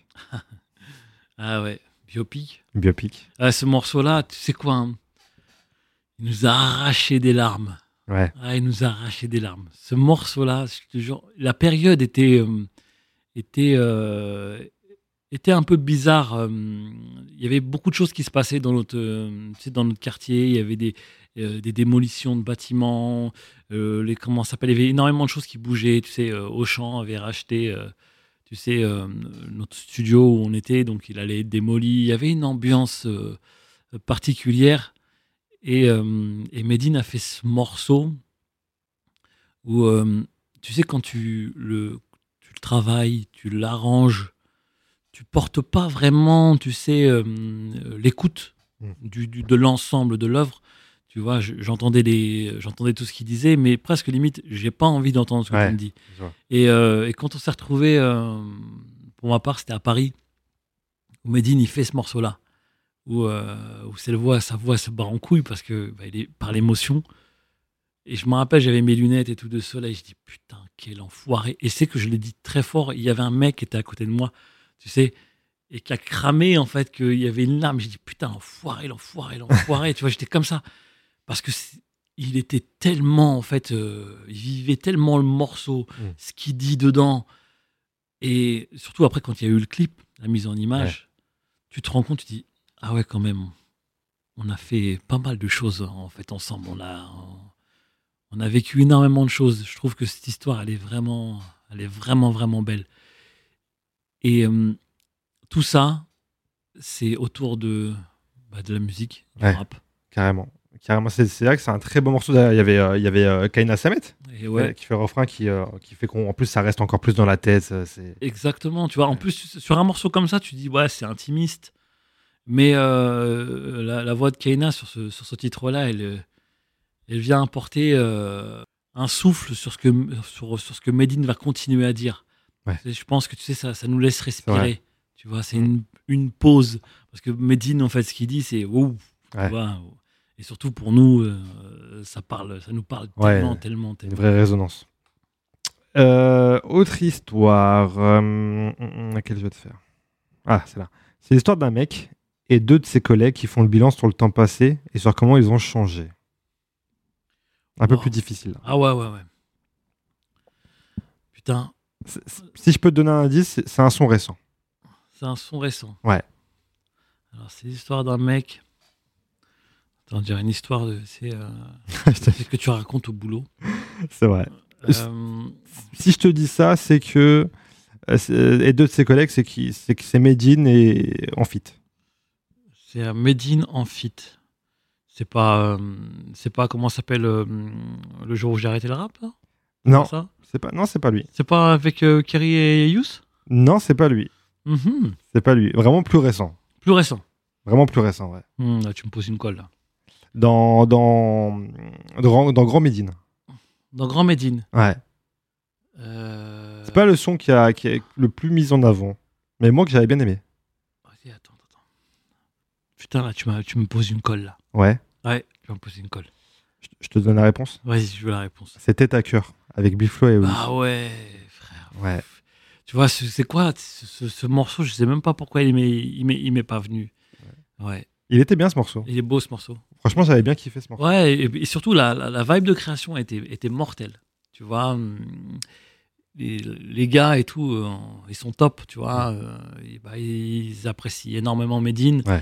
Ah ouais, biopic. Biopic. Ah, ce morceau-là, tu sais quoi hein, il nous a arraché des larmes. Ouais. Ah, il nous a arraché des larmes. Ce morceau-là, je te jure, la période était, euh, était, euh, était un peu bizarre. euh, Il y avait beaucoup de choses qui se passaient dans notre, euh, tu sais, dans notre quartier. Il y avait des, euh, des démolitions de bâtiments. euh, les, comment ça s'appelle Il y avait énormément de choses qui bougeaient. Tu sais, euh, Auchan avait racheté, euh, tu sais, euh, notre studio où on était, donc il allait être démoli. Il y avait une ambiance euh, particulière. Et, euh, et Medine a fait ce morceau où euh, tu sais, quand tu le, tu le travailles, tu l'arranges, tu portes pas vraiment, tu sais, euh, l'écoute Mm. du, du- de l'ensemble de l'œuvre. Tu vois, je- j'entendais, les, j'entendais tout ce qu'il disait, mais presque limite, j'ai pas envie d'entendre ce que Ouais. tu me dis. Je vois. Et, euh, et quand on s'est retrouvés, euh, pour ma part, c'était à Paris, où Medine, il fait ce morceau-là, où, euh, où sa voix, sa voix se bat en couille parce que bah, il est par l'émotion. Et je me rappelle, j'avais mes lunettes et tout de soleil. Je dis putain, quel enfoiré. Et c'est que je l'ai dit très fort. Il y avait un mec qui était à côté de moi, tu sais, et qui a cramé en fait qu'il y avait une larme. J'ai dit putain, l'enfoiré, l'enfoiré, l'enfoiré. Tu vois, j'étais comme ça parce que c'est- il était tellement en fait, euh, il vivait tellement le morceau, Mm. ce qu'il dit dedans. Et surtout après, quand il y a eu le clip, la mise en image, tu te rends compte, tu dis ah ouais, quand même, on a fait pas mal de choses en fait ensemble. On a, on a vécu énormément de choses. Je trouve que cette histoire, elle est vraiment, elle est vraiment, vraiment belle. Et euh, tout ça, c'est autour de, bah, de la musique, du Ouais. rap. Carrément. Carrément. C'est, c'est vrai que c'est un très beau morceau. D'ailleurs, il y avait, euh, il y avait euh, Kaina Samet Et ouais, qui fait le refrain qui, euh, qui fait qu'en plus ça reste encore plus dans la tête. ça, C'est... exactement. Tu vois, en plus, sur un morceau comme ça, tu dis, ouais, c'est intimiste. Mais euh, la, la voix de Kaina sur ce, sur ce titre-là, elle, euh, elle vient apporter euh, un souffle sur ce que, sur, sur ce que Medine va continuer à dire. Ouais. Je pense que tu sais, ça, ça nous laisse vrai. respirer. Tu vois, c'est Mm. une, une pause. Parce que Medine, en fait, ce qu'il dit, c'est ouh. Tu Ouais. vois, et surtout pour nous, euh, ça, parle, ça nous parle Ouais. tellement, tellement, Une tellement. vraie résonance. Euh, autre histoire. euh, hum, hum, laquelle je vais te faire Ah, c'est là. C'est l'histoire d'un mec et deux de ses collègues qui font le bilan sur le temps passé et sur comment ils ont changé. Un peu Wow. plus difficile. là. Ah ouais, ouais, ouais. Putain, C'est- c'est- Si je peux te donner un indice, c'est- c'est un son récent. c'est un son récent. Ouais. Alors, c'est l'histoire d'un mec. Attends, on dirait une histoire de. C'est euh, c'est ce que tu racontes au boulot. C'est vrai. Euh, Si je te dis ça, c'est que euh, c'est- et deux de ses collègues, c'est qui c'est que c'est Medine et Amphit. c'est à Medine en fit. C'est pas. euh, c'est pas comment ça s'appelle euh, le jour où j'ai arrêté le rap là Non, C'est ça c'est pas non, c'est pas lui. C'est pas avec euh, Kerry et Yous Non, c'est pas lui. Mhm. C'est pas lui. Vraiment plus récent. Plus récent. Vraiment plus récent, ouais. Hmm, là, tu me poses une colle là. Dans dans dans, dans Grand Médine. Dans Grand Medine. Ouais. Euh... C'est pas le son qui a qui est le plus mis en avant, mais moi que j'avais bien aimé. Vas-y, attends, attends. Putain, là, tu, m'as, tu me poses une colle là. Ouais. Ouais, tu vas me poser une colle. Je, je te donne la réponse. Vas-y, je veux la réponse. C'était à cœur avec Biflo et Oli. Ah ouais, frère. Ouais. Tu vois, c'est c'est quoi ce, ce- ce morceau? Je sais même pas pourquoi il m'est, il m'est, il m'est pas venu. Ouais, Il était bien ce morceau. il est beau ce morceau. Franchement, j'avais bien kiffé ce morceau. Ouais, et, et surtout la, la, la vibe de création était, était mortelle. Tu vois, hum, les, les gars et tout, euh, ils sont top, tu vois. euh, et bah, ils apprécient énormément Medine. Ouais.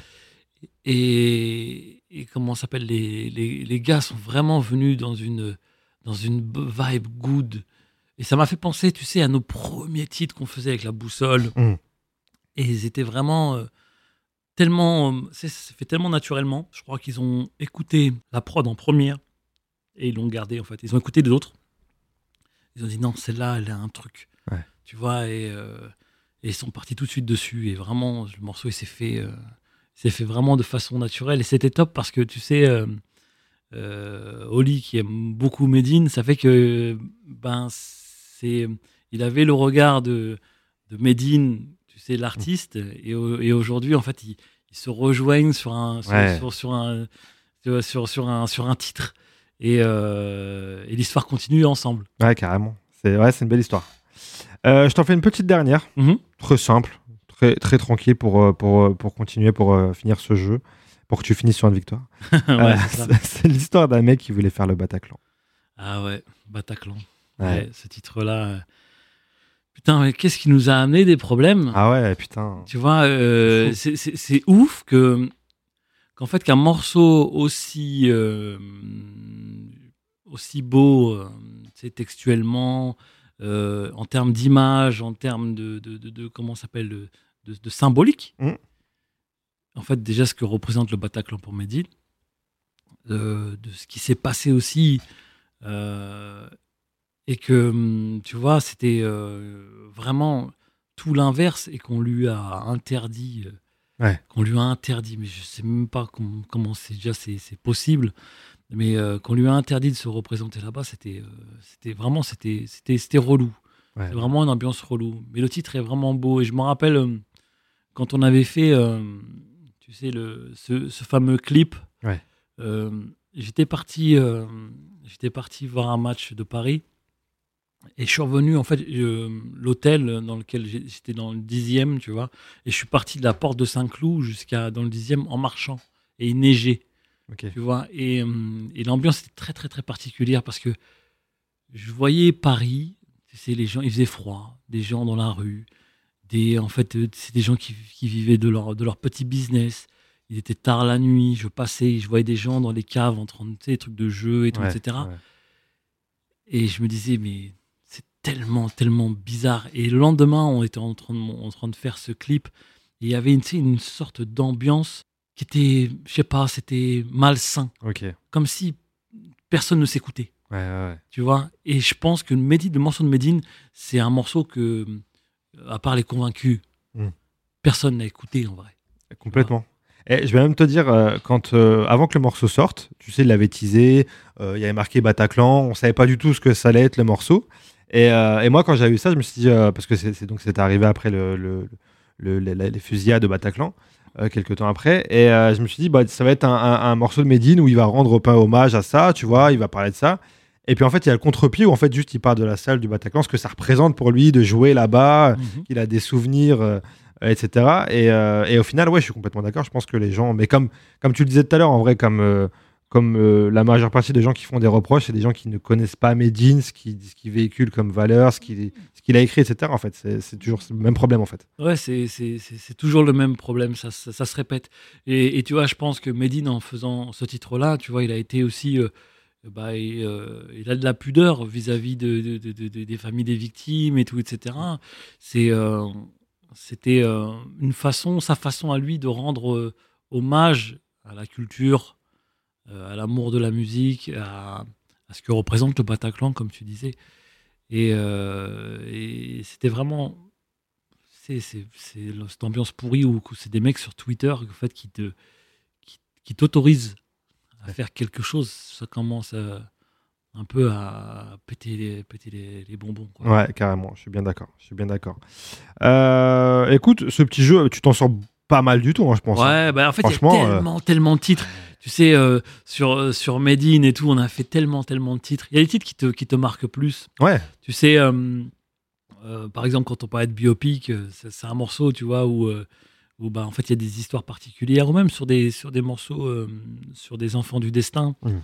Et, et comment ça s'appelle les, les, les gars sont vraiment venus dans une, dans une b- vibe good. Et ça m'a fait penser, tu sais, à nos premiers titres qu'on faisait avec la boussole. Mm. Et ils étaient vraiment euh, tellement. euh, c'est- ça fait tellement naturellement. Je crois qu'ils ont écouté la prod en première et ils l'ont gardé en fait. Ils ont écouté d'autres. Ils ont dit non, celle-là, elle a un truc. Ouais. Tu vois, et, euh, et ils sont partis tout de suite dessus. Et vraiment, le morceau, il s'est fait, euh, il s'est fait vraiment de façon naturelle. Et c'était top parce que tu sais, euh, euh, Oli qui aime beaucoup Medine, ça fait que ben c'est, il avait le regard de, de Medine, tu sais, l'artiste. Et, au- et aujourd'hui, en fait, ils, ils se rejoignent sur un, sur, Ouais. sur, sur un, sur, sur, sur un, sur un titre. Et, euh, et l'histoire continue ensemble. Ouais, carrément. C'est ouais, c'est une belle histoire. Euh, je t'en fais une petite dernière, Mhm. très simple, très très tranquille pour euh, pour euh, pour continuer pour euh, finir ce jeu, pour que tu finisses sur une victoire. Ouais, Euh, c'est ça. c'est c'est l'histoire d'un mec qui voulait faire le Bataclan. Ah ouais, Bataclan. Ouais. Ouais, ce titre-là. euh, Putain, mais qu'est-ce qui nous a amené des problèmes? Ah ouais, putain. Tu vois, euh, C'est c'est c'est- c'est ouf que qu'en fait qu'un morceau aussi euh, aussi beau, euh, tu sais, textuellement, euh, en termes d'image, en termes de, de, de, de- comment ça s'appelle, de, de, de symbolique. Mm. En fait, déjà ce que représente le Bataclan pour Medine, de, de ce qui s'est passé aussi. euh, et que, hum, tu vois, c'était euh, vraiment tout l'inverse et qu'on lui a interdit, euh, Ouais. qu'on lui a interdit, mais je sais même pas com- comment c'est déjà c'est, c'est possible, mais euh, qu'on lui a interdit de se représenter là-bas, c'était, euh, c'était vraiment, c'était, c'était, c'était relou. Ouais. C'est vraiment une ambiance relou. Mais le titre est vraiment beau et je me rappelle euh, quand on avait fait, euh, tu sais, le, ce, ce fameux clip. Ouais. euh, j'étais parti, euh, j'étais parti voir un match de Paris. Et je suis revenu, en fait, euh, l'hôtel dans lequel j'ai- j'étais dans le dixième, tu vois. Et je suis parti de la porte de Saint-Cloud jusqu'à dans le dixième en marchant. Et il neigeait, Ok. tu vois. Et, euh, et l'ambiance était très, très, très particulière parce que je voyais Paris, tu sais, les gens, il faisait froid, des gens dans la rue. Des, en fait, euh, c'est des gens qui, qui vivaient de leur, de leur petit business. Il était tard la nuit, je passais, je voyais des gens dans les caves en train de, tu sais, des trucs de jeux et tout, Ouais, et cetera. ouais. Et je me disais, mais c'est tellement, tellement bizarre. Et le lendemain, on était en train de, en train de faire ce clip. Et il y avait une, tu sais, une sorte d'ambiance qui était, je sais pas, c'était malsain. Ok. Ouais, Comme si personne ne s'écoutait, ouais, ouais. tu vois. Et je pense que Medine, le morceau de Medine, c'est un morceau que, à part les convaincus, Mm. personne n'a écouté en vrai. Complètement. Et je vais même te dire, euh, quand, euh, avant que le morceau sorte, tu sais, il l'avait teasé, euh, il y avait marqué Bataclan, on savait pas du tout ce que ça allait être le morceau. Et, euh, et moi, quand j'ai eu ça, je me suis dit, euh, parce que c'est c'est- donc c'était arrivé après le, le- le- le- les, les fusillades de Bataclan, euh, quelques temps après, et euh, je me suis dit, bah, ça va être un, un- un morceau de Medine où il va rendre un hommage à ça, tu vois, il va parler de ça. Et puis en fait, il y a le contre-pied où en fait, juste il parle de la salle du Bataclan, ce que ça représente pour lui de jouer là-bas, Mhm. qu'il a des souvenirs, euh, euh, et cetera. Et, euh, et au final, ouais, je suis complètement d'accord. Je pense que les gens, mais comme, comme tu le disais tout à l'heure, en vrai, comme, euh, comme euh, la majeure partie des gens qui font des reproches, c'est des gens qui ne connaissent pas Medine, ce qu'il ce qu'il véhicule comme valeur, ce qu'il ce qu'il a écrit, et cetera. En fait, c'est c'est toujours le même problème, en fait. Ouais, c'est, c'est, c'est, c'est toujours le même problème, ça, ça, ça se répète. Et, et tu vois, je pense que Medine, en faisant ce titre-là, tu vois, il a été aussi. euh, bah, et, euh, il a de la pudeur vis-à-vis de, de- de- de- de- des familles des victimes et tout, et cetera. C'est, euh, c'était euh, une façon, sa façon à lui de rendre euh, hommage à la culture, euh, à l'amour de la musique, à, à ce que représente le Bataclan, comme tu disais. Et, euh, et c'était vraiment. C'est, c'est, c'est le- cette ambiance pourrie où c'est des mecs sur Twitter en fait, qui, te, qui, qui t'autorisent à faire quelque chose. Ça commence à- un peu à péter les, péter les, les bonbons. Quoi. Ouais, carrément. Je suis bien d'accord. Je suis bien d'accord. Euh, écoute, ce petit jeu, tu t'en sors pas mal du tout, hein, je pense. hein. Ouais, bah en fait, il y a Franchement, euh, tellement, tellement de titres. Tu sais, euh, sur, euh, sur Medine et tout, on a fait tellement, tellement de titres. Il y a des titres qui te, qui te marquent plus. Ouais. Tu sais, euh, euh, par exemple, quand on parlait de biopic, euh, c'est, c'est un morceau, tu vois, où, euh, où bah, en fait, il y a des histoires particulières, ou même sur des, sur des morceaux, euh, sur des enfants du destin, Mhm.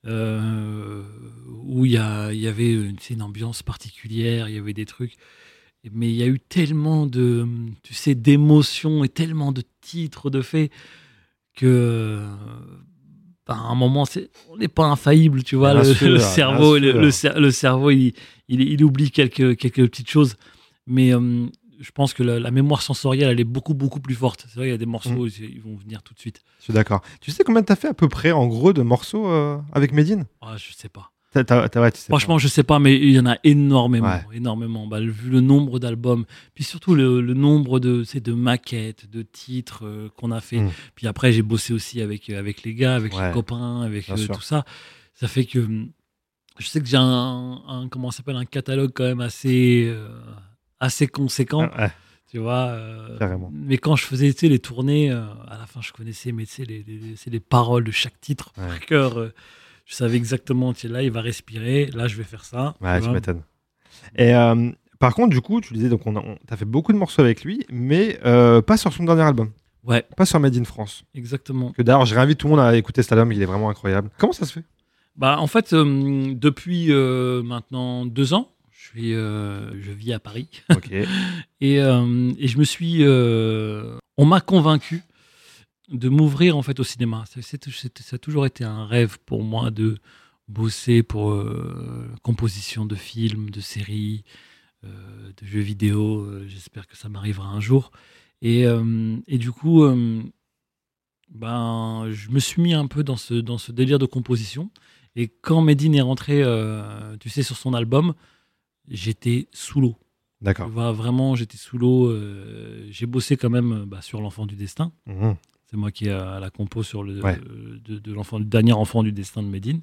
euh, où il y, a, il y avait une, tu sais, une ambiance particulière, il y avait des trucs. Mais il y a eu tellement de, tu sais, d'émotions et tellement de titres, de faits, que bah, à un moment, c'est, on n'est pas infaillible, tu vois. Bien Le, sûr, le bien cerveau, le, sûr. le cer- le cerveau il, il, il oublie quelques, quelques petites choses. Mais euh, je pense que la, la mémoire sensorielle, elle est beaucoup, beaucoup plus forte. C'est vrai, il y a des morceaux, ils, ils vont venir tout de suite. Je suis d'accord. Tu sais combien t'as fait à peu près, en gros, de morceaux euh, avec Medine? Ah, je sais pas. T'as- t'as- t'as- ouais, tu sais Franchement, je sais pas, mais il y en a énormément, Ouais. énormément. Bah, le- vu le nombre d'albums, puis surtout le, le nombre de, c'est de maquettes, de titres euh, qu'on a fait. Mm. Puis après, j'ai bossé aussi avec, euh, avec les gars, avec Ouais. les copains, avec Bien euh, sûr. tout ça. Ça fait que hum, je sais que j'ai un, un- comment ça s'appelle, un catalogue quand même assez, euh, assez conséquent. pas. Ouais. Tu vois, euh, Carrément. mais quand je faisais tu sais, les tournées, euh, à la fin, je connaissais mais, tu sais, les, les, c'est les paroles de chaque titre Ouais. par cœur. euh, je savais exactement, tu sais, là, il va respirer, là, je vais faire ça. Ouais, tu tu vois. m'étonnes. Et euh, par contre, du coup, tu disais, donc, on, a- on- t'as fait beaucoup de morceaux avec lui, mais euh, pas sur son dernier album, Ouais, pas sur Made in France. exactement. Que d'ailleurs, je réinvite tout le monde à écouter cet album, il est vraiment incroyable. Comment ça se fait? Bah, en fait, euh, depuis euh, maintenant deux ans, je, suis, euh, je vis à Paris. Ok. Et, euh, et je me suis. euh, on m'a convaincu de m'ouvrir en fait au cinéma. C'est- c'est- c'est- ça a toujours été un rêve pour moi de bosser pour euh, composition de films, de séries, euh, de jeux vidéo. Euh, J'espère que ça m'arrivera un jour. Et, euh, et du coup, euh, ben, je me suis mis un peu dans ce, dans ce délire de composition. Et quand Medine est rentré, euh, tu sais, sur son album, j'étais sous l'eau. D'accord. Tu vois, vraiment, j'étais sous l'eau. Euh, j'ai bossé quand même bah, sur l'enfant du destin. Mhm. C'est moi qui ai à la compo sur le Ouais. euh, de, de l'enfant, du dernier enfant du destin de Medine.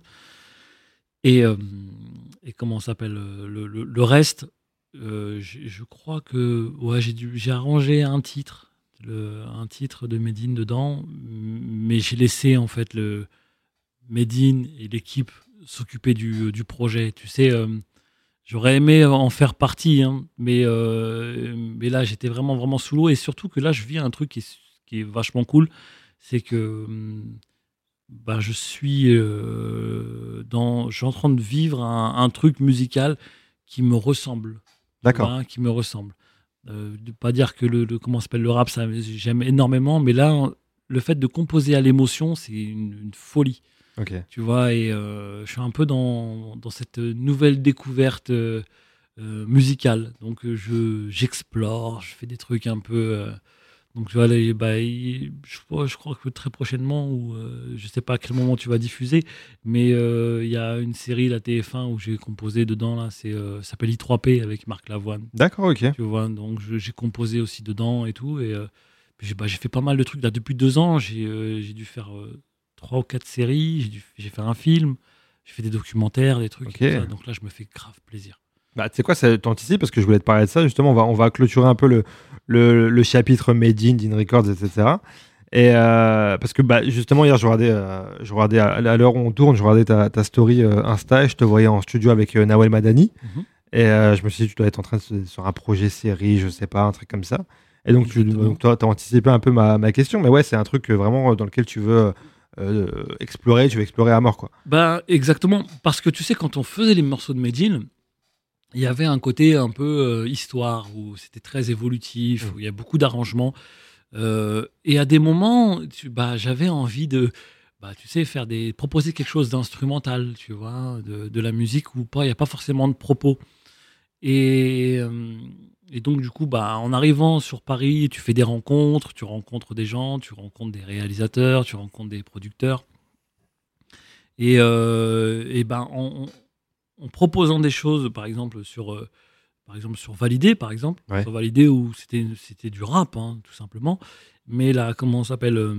Et, euh, et comment ça s'appelle euh, le, le, le reste, euh, je, je crois que ouais, j'ai, dû, j'ai arrangé un titre, le, un titre de Medine dedans, mais j'ai laissé en fait le Medine et l'équipe s'occuper du, du projet. Tu sais, euh, j'aurais aimé en faire partie, hein, mais, euh, mais là j'étais vraiment vraiment sous l'eau et surtout que là je vis un truc qui est, qui est vachement cool, c'est que hum, bah, je suis euh, dans, je suis en train de vivre un, un truc musical qui me ressemble. Tu D'accord. vois, qui me ressemble. Euh, de pas dire que le, le comment ça s'appelle le rap, ça j'aime énormément, mais là le fait de composer à l'émotion, c'est une, une folie. Ok. Tu vois, et euh, je suis un peu dans, dans cette nouvelle découverte euh, euh, musicale. Donc euh, je j'explore, je fais des trucs un peu. euh, donc tu vois, là, il- bah, il- je, crois- je crois que très prochainement, ou euh, je sais pas à quel moment tu vas diffuser, mais euh, il y a une série, la T F un, où j'ai composé dedans, là, c'est, euh, ça s'appelle I trois P avec Marc Lavoine. D'accord, ok. Tu vois, donc je- j'ai composé aussi dedans et tout. Et euh, puis j'ai bah, j'ai fait pas mal de trucs. Là, depuis deux ans, j'ai euh, j'ai dû faire euh, trois ou quatre séries. J'ai dû- j'ai fait un film. J'ai fait des documentaires, des trucs. Ok. Et tout ça. Donc là, je me fais grave plaisir. Bah, tu sais quoi, ça t'anticipe parce que je voulais te parler de ça. Justement, on va, on va clôturer un peu le, le, le chapitre Made in, Dean Records, et cetera. Et euh, parce que bah, justement, hier, je regardais, euh, je regardais à, à l'heure où on tourne, je regardais ta, ta story euh, Insta et je te voyais en studio avec euh, Nawel Madani. Mhm. Et euh, je me suis dit, tu dois être en train de sur un projet série, je sais pas, un truc comme ça. Et donc, tu, Exactement. donc toi, tu as anticipé un peu ma, ma question. Mais ouais, c'est un truc euh, vraiment dans lequel tu veux euh, explorer, tu veux explorer à mort, quoi. Bah, exactement. Parce que tu sais, quand on faisait les morceaux de Medine, il y avait un côté un peu euh, histoire, où c'était très évolutif, Mm. où il y a beaucoup d'arrangements. Euh, et à des moments, tu, bah, j'avais envie de, bah, tu sais, faire des, proposer quelque chose d'instrumental, tu vois, de, de la musique où pas, il n'y a pas forcément de propos. Et, euh, et donc, du coup, bah, en arrivant sur Paris, tu fais des rencontres, tu rencontres des gens, tu rencontres des réalisateurs, tu rencontres des producteurs. Et, euh, et ben, en, en proposant des choses, par exemple, sur, euh, par exemple, sur Validé, par exemple, Ouais. sur Validé où c'était, c'était du rap, hein, tout simplement. Mais là, comment on s'appelle euh,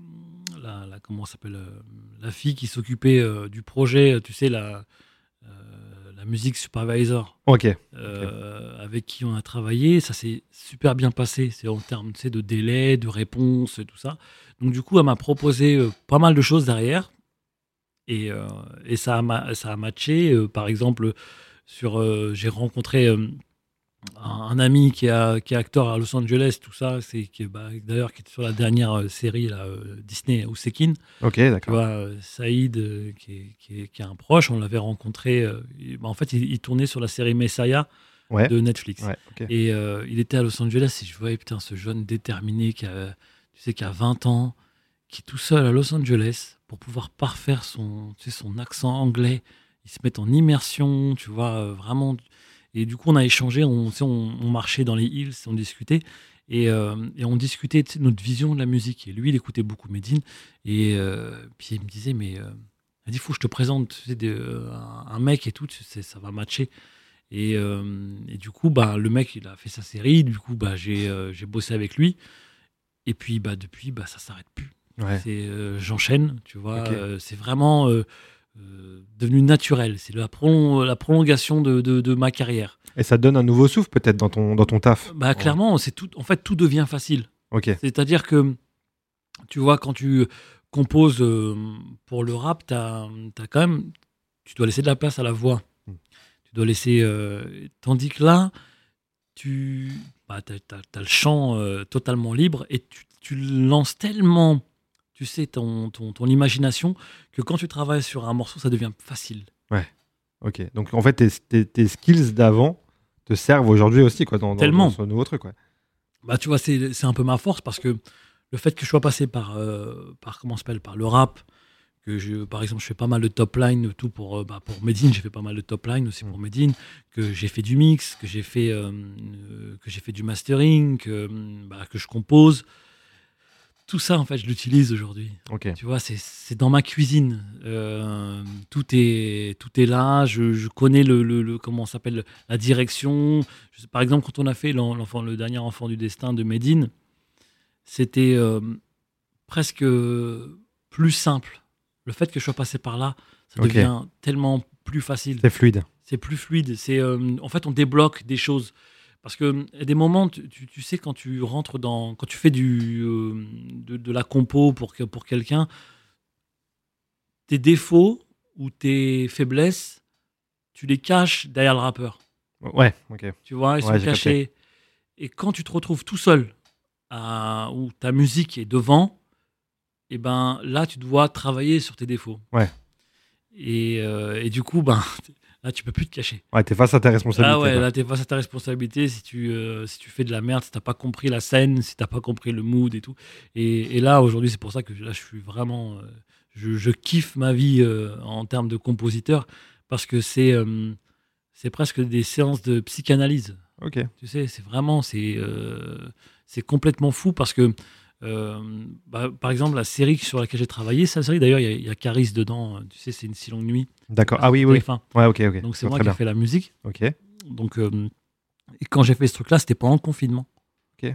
la, la- comment on s'appelle euh, la fille qui s'occupait euh, du projet, tu sais, la, euh, la musique supervisor, Ok. euh, avec qui on a travaillé, ça s'est super bien passé. C'est en termes, tu sais, de délai, de réponse, tout ça. Donc du coup, elle m'a proposé euh, pas mal de choses derrière. Et, euh, et ça, a ma- ça a matché. Euh, par exemple, sur, euh, j'ai rencontré euh, un, un ami qui, a, qui est acteur à Los Angeles, tout ça. C'est qui, est, bah, d'ailleurs qui est sur la dernière euh, série là, euh, Disney, Ousekin. Ok, Tu d'accord. vois, euh, Saïd, euh, qui, est, qui, est, qui est un proche, on l'avait rencontré. euh, il- bah, en fait, il, il tournait sur la série Messiah Ouais. de Netflix. Ouais, ok. Et euh, il était à Los Angeles et je voyais putain, ce jeune déterminé qui a, tu sais, qui a vingt ans, qui est tout seul à Los Angeles pour pouvoir parfaire son, tu sais, son accent anglais. Il se met en immersion, tu vois, euh, vraiment. Et du coup, on a échangé, on, tu sais, on, on marchait dans les hills, on discutait. Et, euh, et on discutait tu sais, de notre vision de la musique. Et lui, il écoutait beaucoup Medine. Et euh, puis il me disait, mais euh, il dit, faut que je te présente tu sais, des, euh, un, un mec et tout, tu sais, ça va matcher. Et, euh, et du coup, bah, le mec, il a fait sa série. Du coup, bah, j'ai euh, j'ai bossé avec lui. Et puis, bah, depuis, bah, ça s'arrête plus. Ouais. C'est, euh, j'enchaîne, tu vois. Ok. euh, c'est vraiment euh, euh, devenu naturel. C'est la, prolon- la prolongation de, de- de ma carrière. Et ça te donne un nouveau souffle peut-être dans ton, dans ton taf. Bah, clairement, c'est tout. En fait, tout devient facile. Ok. C'est-à-dire que, tu vois, quand tu composes euh, pour le rap, t'as, t'as quand même, tu dois laisser de la place à la voix. Mm. Tu dois laisser. euh, tandis que là, tu bah, as, le chant euh, totalement libre et tu, tu lances tellement, tu sais, ton, ton, ton imagination que quand tu travailles sur un morceau, ça devient facile. Ok. Donc en fait, tes, tes, tes skills d'avant te servent aujourd'hui aussi, quoi, dans, dans, Tellement. dans ce nouveau truc, ouais. Bah, tu vois, c'est c'est un peu ma force parce que le fait que je sois passé par, euh, par comment ça s'appelle, par le rap, que je, par exemple, je fais pas mal de top line, tout pour, euh, bah, pour Medine, j'ai fait pas mal de top line aussi pour Medine, que j'ai fait du mix, que j'ai fait, euh, euh, que j'ai fait du mastering, que, bah, que je compose. tout ça, en fait, je l'utilise aujourd'hui. Ok. Tu vois, c'est, c'est dans ma cuisine. Euh, tout, est, tout est là. Je, je connais le, le, le- comment ça s'appelle, la direction. Je sais- par exemple, quand on a fait l'en- l'enfant, le dernier enfant du destin de Medine, c'était euh, presque plus simple. Le fait que je sois passé par là, ça Ok. devient tellement plus facile. C'est fluide. C'est plus fluide. C'est, euh, en fait, on débloque des choses. Parce que y a des moments, tu, tu- tu sais, quand tu rentres dans. Quand tu fais du, euh, de, de la compo pour, que- pour quelqu'un, tes défauts ou tes faiblesses, tu les caches derrière le rappeur. Ouais, ok. Tu vois, ils Ouais, sont j'ai cachés. Et quand tu te retrouves tout seul, à- où ta musique est devant, et ben là, tu dois travailler sur tes défauts. Ouais. Et, euh, et du coup, ben, là, tu peux plus te cacher. Ouais, t'es face à tes responsabilités. Ah ouais, quoi. là, t'es face à ta responsabilité si tu, euh, si tu fais de la merde, si t'as pas compris la scène, si t'as pas compris le mood et tout. Et, et là, aujourd'hui, c'est pour ça que là, je suis vraiment. euh, je, je kiffe ma vie euh, en termes de compositeur parce que c'est euh, c'est presque des séances de psychanalyse. Ok. Tu sais, c'est vraiment. C'est euh, c'est complètement fou parce que. euh, bah, par exemple, la série sur laquelle j'ai travaillé, cette série d'ailleurs, il y a- il y, a Caris dedans. euh, Tu sais, c'est une si longue nuit. D'accord. Ah oui, oui. T F un. Ouais, ok, ok. Donc Je c'est vois moi très qui ai bien. fait la musique. Ok. Donc, euh, et quand j'ai fait ce truc-là, c'était pendant le confinement. Ok.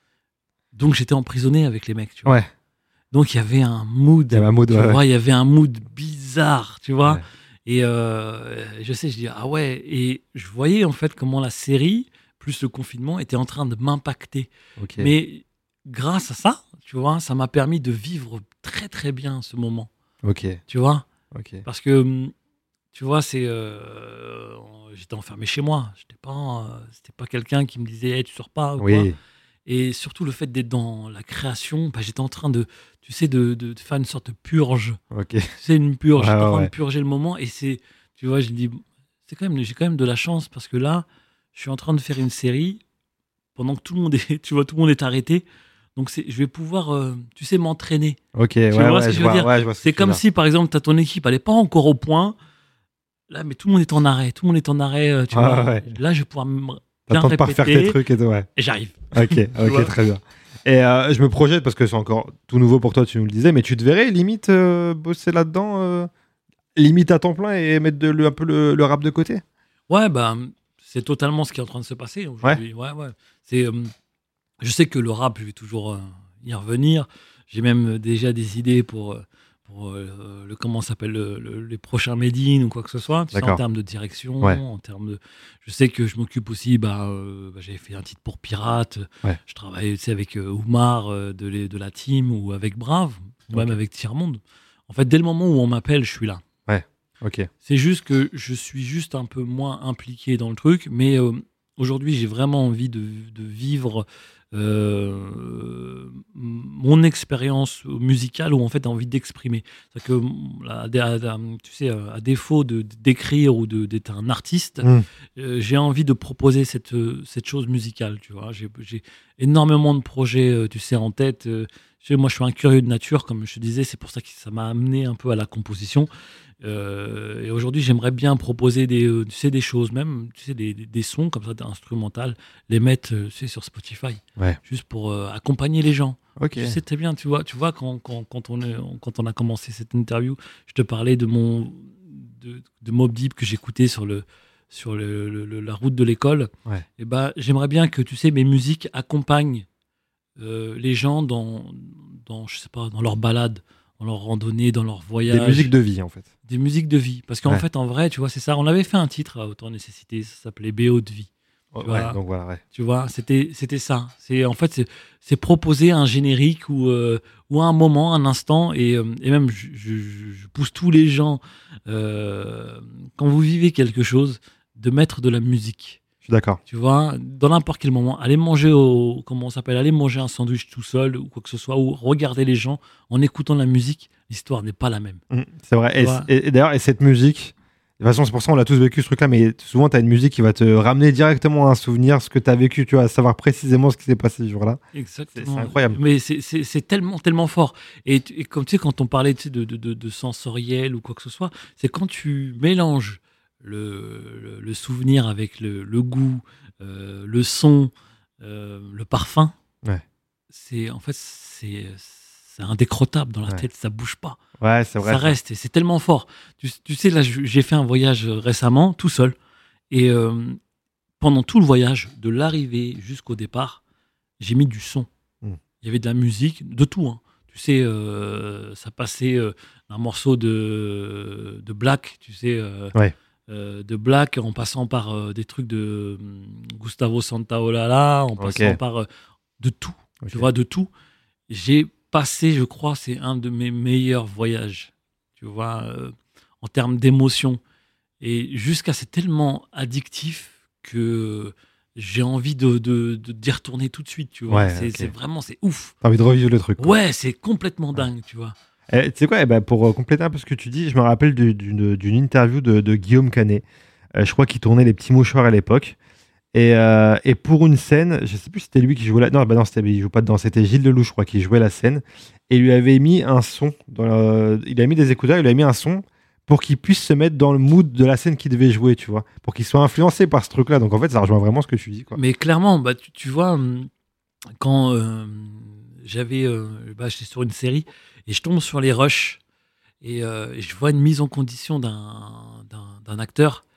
Donc j'étais emprisonné avec les mecs, tu vois. Ouais. Donc il y avait un mood, Il y avait un mood, tu ouais, vois, il y avait un mood bizarre, tu vois. Ouais. Et euh, je sais, je dis ah ouais. Et je voyais en fait comment la série plus le confinement était en train de m'impacter. Ok. Mais grâce à ça, tu vois, ça m'a permis de vivre très très bien ce moment, Ok. tu vois. Ok. Parce que hum, tu vois, c'est euh, j'étais enfermé chez moi. J'étais pas, euh, c'était pas quelqu'un qui me disait hey, tu sors pas ou quoi. Oui. Et surtout le fait d'être dans la création, bah, j'étais en train de, tu sais, de, de, de faire une sorte de purge. Ok. Tu sais, une purge. Ouais, J'étais en ouais, train ouais. de purger le moment. Et c'est, tu vois, je dis, c'est quand même, j'ai quand même de la chance parce que là, je suis en train de faire une série pendant que tout le monde est, tu vois, tout le monde est arrêté. Donc c'est, je vais pouvoir, euh, tu sais, m'entraîner. Ok. Ouais, vois ce ouais, que je je veux vois. dire Ouais, je vois ce que C'est tu veux comme dire. si, par exemple, tu as ton équipe, elle n'est pas encore au point. Là, mais tout le monde est en arrêt. Tout le monde est en arrêt. euh, Tu Ouais, vois. ouais. Là, je vais pouvoir me bien T'attends de pas refaire tes répéter trucs et tout, ouais. et j'arrive. Ok, ok, vois. très bien. Et euh, je me projette parce que c'est encore tout nouveau pour toi, tu nous le disais, mais tu te verrais limite euh, bosser là-dedans, euh, limite à temps plein et mettre de, le, un peu le, le rap de côté. Ouais, bah, c'est totalement ce qui est en train de se passer aujourd'hui. Ouais, ouais. C'est, euh, je sais que le rap, je vais toujours euh, y revenir. J'ai même euh, déjà des idées pour, euh, pour euh, le comment ça s'appelle le- le- les prochains Médine ou quoi que ce soit. Tu sais, en D'accord. termes de direction, Ouais. en termes de. Je sais que je m'occupe aussi. Bah, euh, bah, j'avais fait un titre pour Pirate. Ouais. Je travaille tu sais, avec euh, Oumar euh, de, les- de la team ou avec Brave, ou même Ok. avec Tiers-Monde. En fait, dès le moment où on m'appelle, je suis là. Ok, C'est juste que je suis juste un peu moins impliqué dans le truc, mais euh, aujourd'hui, j'ai vraiment envie de, de vivre euh, mon expérience musicale ou en fait envie d'exprimer. C'est que à, à- à- tu sais, à défaut de d'écrire ou de- d'être un artiste, Mm. euh, j'ai envie de proposer cette euh, cette chose musicale. Tu vois, j'ai j'ai énormément de projets, euh, tu sais, en tête. euh, tu sais, moi, je suis un curieux de nature, comme je te disais. C'est pour ça que ça m'a amené un peu à la composition. Euh, et aujourd'hui, j'aimerais bien proposer des, euh, tu sais, des choses, même tu sais, des, des, des sons comme ça, instrumentales, les mettre euh, tu sais, sur Spotify, Ouais. juste pour euh, accompagner les gens. ok. Tu sais très bien, tu vois, tu vois quand, quand, quand, on est, quand on a commencé cette interview, je te parlais de mon de, de Mobb Deep que j'écoutais sur le sur le, le- le- la route de l'école. Ouais. Et ben, j'aimerais bien que tu sais mes musiques accompagnent euh, les gens dans dans je sais pas dans leur balade, dans leur randonnée, dans leur voyage. Des musiques de vie en fait. Des musiques de vie. Parce qu'en Ouais. fait, en vrai, tu vois, c'est ça. On avait fait un titre à Autant Nécessité, ça s'appelait B O de vie. Ouais, vois. donc voilà, ouais. Tu vois, c'était, c'était ça. C'est, en fait, c'est, c'est proposer un générique ou, euh, ou un moment, un instant. Et, euh, et même, je, je- je- je pousse tous les gens, euh, quand vous vivez quelque chose, de mettre de la musique. Je suis d'accord. Tu vois, dans n'importe quel moment, aller manger au, comment on s'appelle, aller manger un sandwich tout seul ou quoi que ce soit, ou regarder les gens en écoutant la musique, l'histoire n'est pas la même. Mm, c'est vrai. Tu Et, vois. et- et d'ailleurs, et cette musique, de toute façon, c'est pour ça qu'on l'a tous vécu ce truc-là, mais souvent, tu as une musique qui va te ramener directement à un souvenir, ce que tu as vécu, tu vas savoir précisément ce qui s'est passé ce jour-là. Exactement. C'est- c'est incroyable. Mais c'est- c'est c'est tellement, tellement fort. Et, tu- et comme tu sais, quand on parlait tu sais, de, de, de, de sensoriel ou quoi que ce soit, c'est quand tu mélanges le, le, le souvenir avec le, le goût, euh, le son, euh, le parfum. Ouais. C'est en fait c'est c'est indécrottable dans la Ouais. tête, ça bouge pas. Ouais, c'est vrai. Ça reste, et c'est tellement fort. Tu, tu sais, là, je- j'ai fait un voyage récemment, tout seul, et euh, pendant tout le voyage, de l'arrivée jusqu'au départ, j'ai mis du son. Mm. Il y avait de la musique, de tout. Hein. Tu sais, euh, ça passait euh, un morceau de, de Black, tu sais, euh, Ouais. euh, de Black, en passant par euh, des trucs de hum, Gustavo Santaolalla, en passant Ok. par euh, de tout, Ok. tu vois, de tout. J'ai passé, je crois, c'est un de mes meilleurs voyages, tu vois, euh, en termes d'émotion. Et jusqu'à, c'est tellement addictif que j'ai envie de, de, de- d'y retourner tout de suite, tu vois. Ouais, c'est, ok. c'est vraiment, c'est ouf. T'as envie de revivre le truc. quoi. Ouais, c'est complètement dingue, tu vois. Eh, tu sais quoi, eh ben, pour euh, compléter un peu ce que tu dis, je me rappelle du- d'une d'une interview de, de Guillaume Canet. Euh, je crois qu'il tournait Les Petits Mouchoirs à l'époque. Et, euh, et pour une scène, je sais plus si c'était lui qui jouait la... Non, bah non, c'était, il joue pas dedans, c'était Gilles Lelouch, je crois, qui jouait la scène. Et il lui avait mis un son. Dans le- Il a mis des écouteurs, il lui a mis un son pour qu'il puisse se mettre dans le mood de la scène qu'il devait jouer, tu vois. Pour qu'il soit influencé par ce truc-là. Donc en fait, ça rejoint vraiment ce que tu dis, quoi. Mais clairement, bah, tu, tu vois, hum, quand euh, j'avais, euh, bah, j'étais sur une série et je tombe sur les rushs et, euh, et je vois une mise en condition d'un, d'un, d'un acteur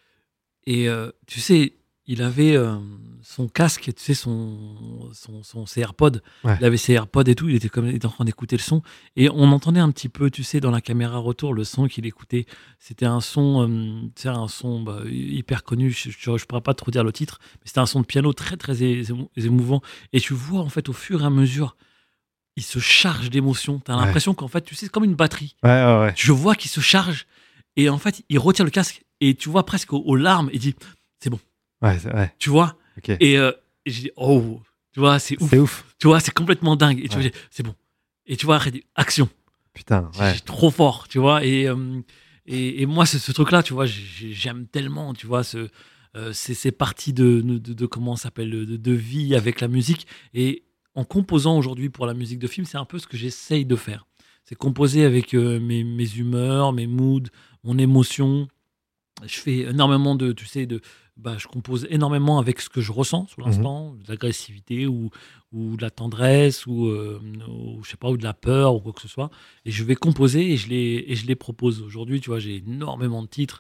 et euh, tu sais, il avait euh, son casque, tu sais, son, son, son, ses AirPods, Ouais. il avait ses AirPods et tout, il était, comme, il était en train d'écouter le son et on entendait un petit peu, tu sais, dans la caméra retour, le son qu'il écoutait. C'était un son, euh, tu sais, un son bah, hyper connu, je ne pourrais pas trop dire le titre, mais c'était un son de piano très, très é- émou- émouvant. Et tu vois, en fait, au fur et à mesure, il se charge d'émotions. Tu as Ouais. l'impression qu'en fait, tu sais, c'est comme une batterie. Ouais, ouais, ouais. Je vois qu'il se charge et en fait, il retire le casque et tu vois presque aux, aux larmes et dit, c'est bon, Ouais, c'est ouais. tu vois. Ok. Et, euh, et j'ai dit, oh, tu vois, c'est ouf. C'est ouf. Tu vois, c'est complètement dingue. Et tu Ouais. vois, j'ai- c'est bon. Et tu vois, après, il dit, action. Putain, ouais. C'est trop fort, tu vois. Et, euh, et, et moi, ce, ce truc-là, tu vois, j'ai- j'aime tellement, tu vois, ce, euh, ces, ces parties de, de, de- de- comment ça s'appelle, de, de vie avec la musique. Et en composant aujourd'hui pour la musique de film, c'est un peu ce que j'essaye de faire. C'est composer avec euh, mes, mes humeurs, mes moods, mon émotion. Je fais énormément de, tu sais, de, bah, je compose énormément avec ce que je ressens sur l'instant, de l'agressivité ou, ou de la tendresse ou, euh, ou, je sais pas, ou de la peur ou quoi que ce soit. Et je vais composer et je les, et je les propose. Aujourd'hui, tu vois, j'ai énormément de titres.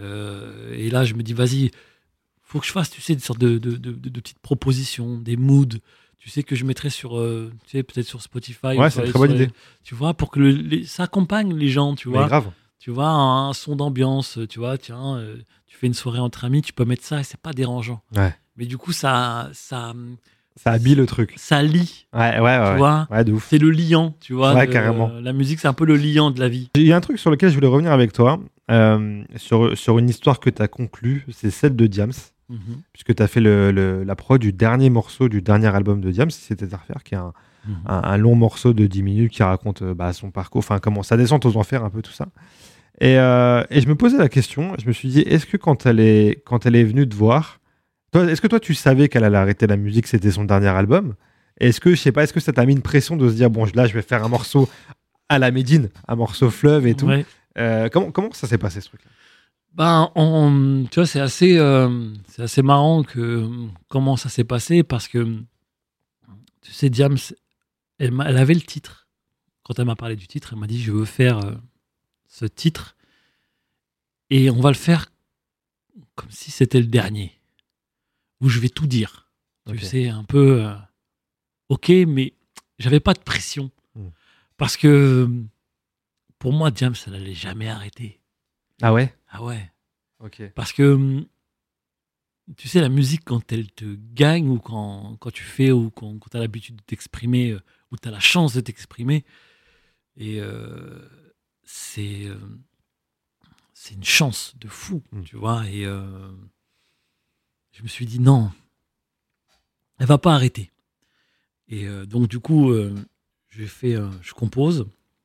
Euh, et là, je me dis, vas-y, faut que je fasse, tu sais, des sortes de, de, de, de- de petites propositions, des moods. Tu sais, que je mettrai sur, euh, tu sais, peut-être sur Spotify. Ouais, ou c'est une sur- très bonne sur les- idée. Tu vois, pour que le- les- ça accompagne les gens, tu Mais vois. grave. Tu vois, un, un son d'ambiance, tu vois, tiens, euh, tu fais une soirée entre amis, tu peux mettre ça et c'est pas dérangeant. Ouais. Mais du coup, ça, ça, Ça habille le truc. ça lie, Ouais, ouais, ouais. tu ouais. vois. Ouais, de ouf. C'est le liant, tu vois. Ouais, de- carrément. La musique, c'est un peu le liant de la vie. Il y a un truc sur lequel je voulais revenir avec toi, euh, sur, sur une histoire que tu as conclue, c'est celle de Diams, Mhm. puisque tu as fait le, le- la prod du dernier morceau du dernier album de Diams, C'était à refaire, qui est un, Mhm. un, un long morceau de dix minutes qui raconte euh, bah, son parcours, enfin comment sa descente aux enfers, un peu tout ça. Et, euh, et je me posais la question, je me suis dit, est-ce que quand elle est, quand elle est venue te voir, toi, est-ce que toi tu savais qu'elle allait arrêter la musique, c'était son dernier album? Et Est-ce que, je sais pas, est-ce que ça t'a mis une pression de se dire, bon, là je vais faire un morceau à la Médine, un morceau fleuve et tout? Ouais. Euh, comment, comment ça s'est passé ce truc-là? Ben, on- tu vois, c'est assez, euh, c'est assez marrant que comment ça s'est passé parce que tu sais, Diams, elle, m'a- elle avait le titre. Quand elle m'a parlé du titre, elle m'a dit, je veux faire euh, ce titre et on va le faire comme si c'était le dernier, où je vais tout dire. Ok. Tu sais, un peu, euh, ok, mais j'avais pas de pression Mm. parce que pour moi, Diams, elle allait jamais arrêter. Ah ouais? Ah ouais. Ok. Parce que, hum, tu sais, la musique, quand elle te gagne ou quand, quand tu fais ou quand, quand tu as l'habitude de t'exprimer euh, ou tu as la chance de t'exprimer, et euh, c'est euh, c'est une chance de fou, Mm. tu vois. Et euh, je me suis dit, non, elle va pas arrêter. Et euh, donc, du coup, euh, j'ai fait, euh, je compose.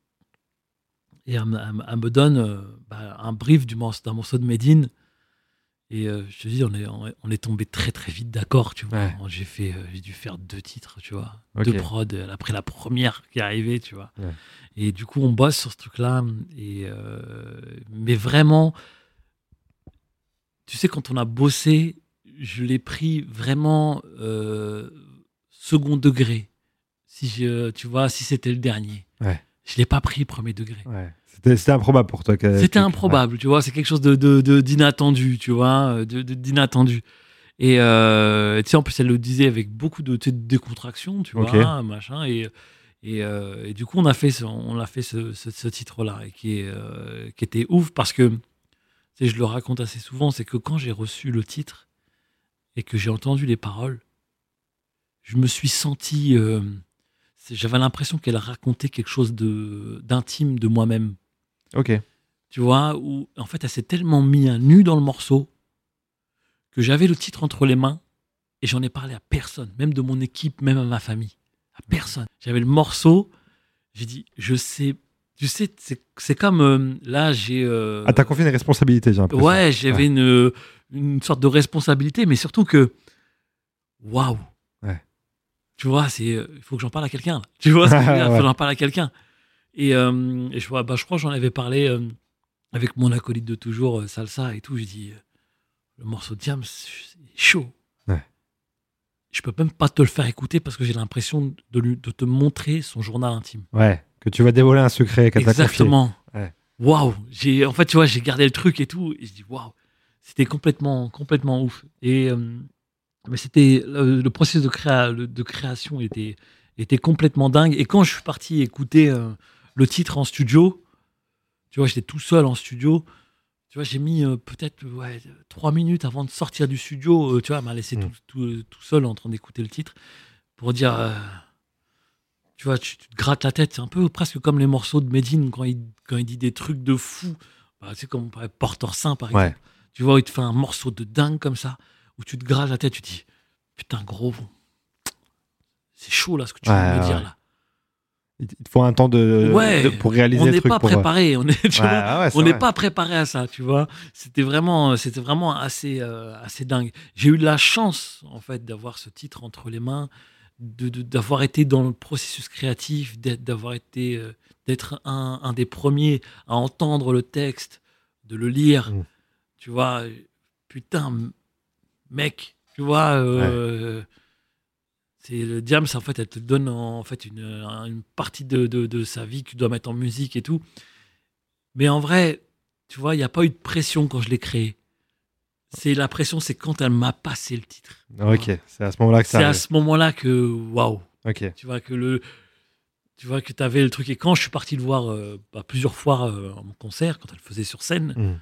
Et elle, me- elle me- elle me donne euh, bah, un brief du morceau, d'un morceau de Medine. Et euh, je te dis, on est, on est- on est tombé très très vite d'accord, tu vois. Ouais. J'ai fait, euh, j'ai dû faire deux titres, tu vois, Ok. deux prods euh, après la première qui est arrivée, tu vois. Ouais. Et du coup, on bosse sur ce truc-là. Et euh, mais vraiment, tu sais, quand on a bossé, je l'ai pris vraiment euh, second degré. si je, tu vois, si c'était le dernier. Ouais. Je l'ai pas pris premier degré. Ouais. C'était, c'était improbable pour toi. Que, C'était que- improbable, ouais. Tu vois, c'est quelque chose de, de, de d'inattendu, tu vois, de, de d'inattendu. Et euh, tu sais, en plus, elle le disait avec beaucoup de, tu sais, de décontraction, tu Ok. vois, machin. Et, et, euh, et du coup, on a fait ce, on a fait ce, ce, ce titre-là, et qui, est, euh, qui était ouf parce que, tu sais, je le raconte assez souvent, c'est que quand j'ai reçu le titre et que j'ai entendu les paroles, je me suis senti. Euh, c'est- j'avais l'impression qu'elle racontait quelque chose de, d'intime de moi-même. Ok. Tu vois, où en fait, elle s'est tellement mis à nu dans le morceau que j'avais le titre entre les mains et j'en ai parlé à personne, même de mon équipe, même à ma famille. À personne. J'avais le morceau, j'ai dit, je sais, tu sais, c'est, c'est comme euh, là, j'ai. euh, Ah, t'as confié une responsabilité, j'ai l'impression. Ouais, j'avais Ouais. Une, une sorte de responsabilité, mais surtout que. Waouh! Ouais. Tu vois, c'est, euh, il faut que j'en parle à quelqu'un. Là. Tu vois ce que je veux dire? Il faut Ouais. que j'en parle à quelqu'un. Et, euh, et je, vois, bah, je crois que j'en avais parlé euh, avec mon acolyte de toujours, euh, Salsa et tout. J'ai dit, euh, le morceau de Diams, c'est chaud. Ouais. Je peux même pas te le faire écouter parce que j'ai l'impression de, lui, de te montrer son journal intime. Ouais. Que tu vas dévoiler un secret qu'elle t'a confié. Exactement. Ouais. Waouh. J'ai, en fait, tu vois, j'ai gardé le truc et tout. Et je dis, waouh. C'était complètement, complètement ouf. Et, euh, mais c'était le, le processus de, créa, de création était, était complètement dingue. Et quand je suis parti écouter euh, le titre en studio, tu vois, j'étais tout seul en studio. Tu vois, j'ai mis euh, peut-être ouais, trois minutes avant de sortir du studio. Euh, tu vois, elle m'a laissé Mm. tout, tout, tout seul en train d'écouter le titre pour dire, euh, tu vois, tu, tu te grattes la tête. C'est un peu presque comme les morceaux de Medine quand il, quand il dit des trucs de fou. Bah, tu sais, comme Porteur Saint, par exemple. Ouais. Tu vois, il te fait un morceau de dingue comme ça, où tu te grattes la tête, tu te dis, putain, gros, c'est chaud là ce que tu Ouais, viens de me ouais, dire ouais. là. Il il te faut un temps de, Ouais, de- pour réaliser on le n'est truc. pas pour... préparé, on est, tu Ouais, vois, ah ouais, c'est on n'est vrai. pas préparé à ça, tu vois. C'était vraiment, c'était vraiment assez, euh, assez dingue. J'ai eu la chance, en fait, d'avoir ce titre entre les mains, de, de- d'avoir été dans le processus créatif, d'être, d'avoir été, euh, d'être un, un des premiers à entendre le texte, de le lire, Mm. tu vois. Putain, m- mec, tu vois. euh, C'est le Diams, en fait, elle te donne en fait une, une partie de, de, de sa vie que tu dois mettre en musique et tout. Mais en vrai, tu vois, il n'y a pas eu de pression quand je l'ai créé. C'est la pression, c'est quand elle m'a passé le titre. Ok, c'est à ce moment-là que ça C'est à arrive. ce moment-là que, waouh, Ok. tu vois, que le, tu vois, que tu avais le truc. Et quand je suis parti le voir euh, bah, plusieurs fois euh, en concert, quand elle faisait sur scène, Mm.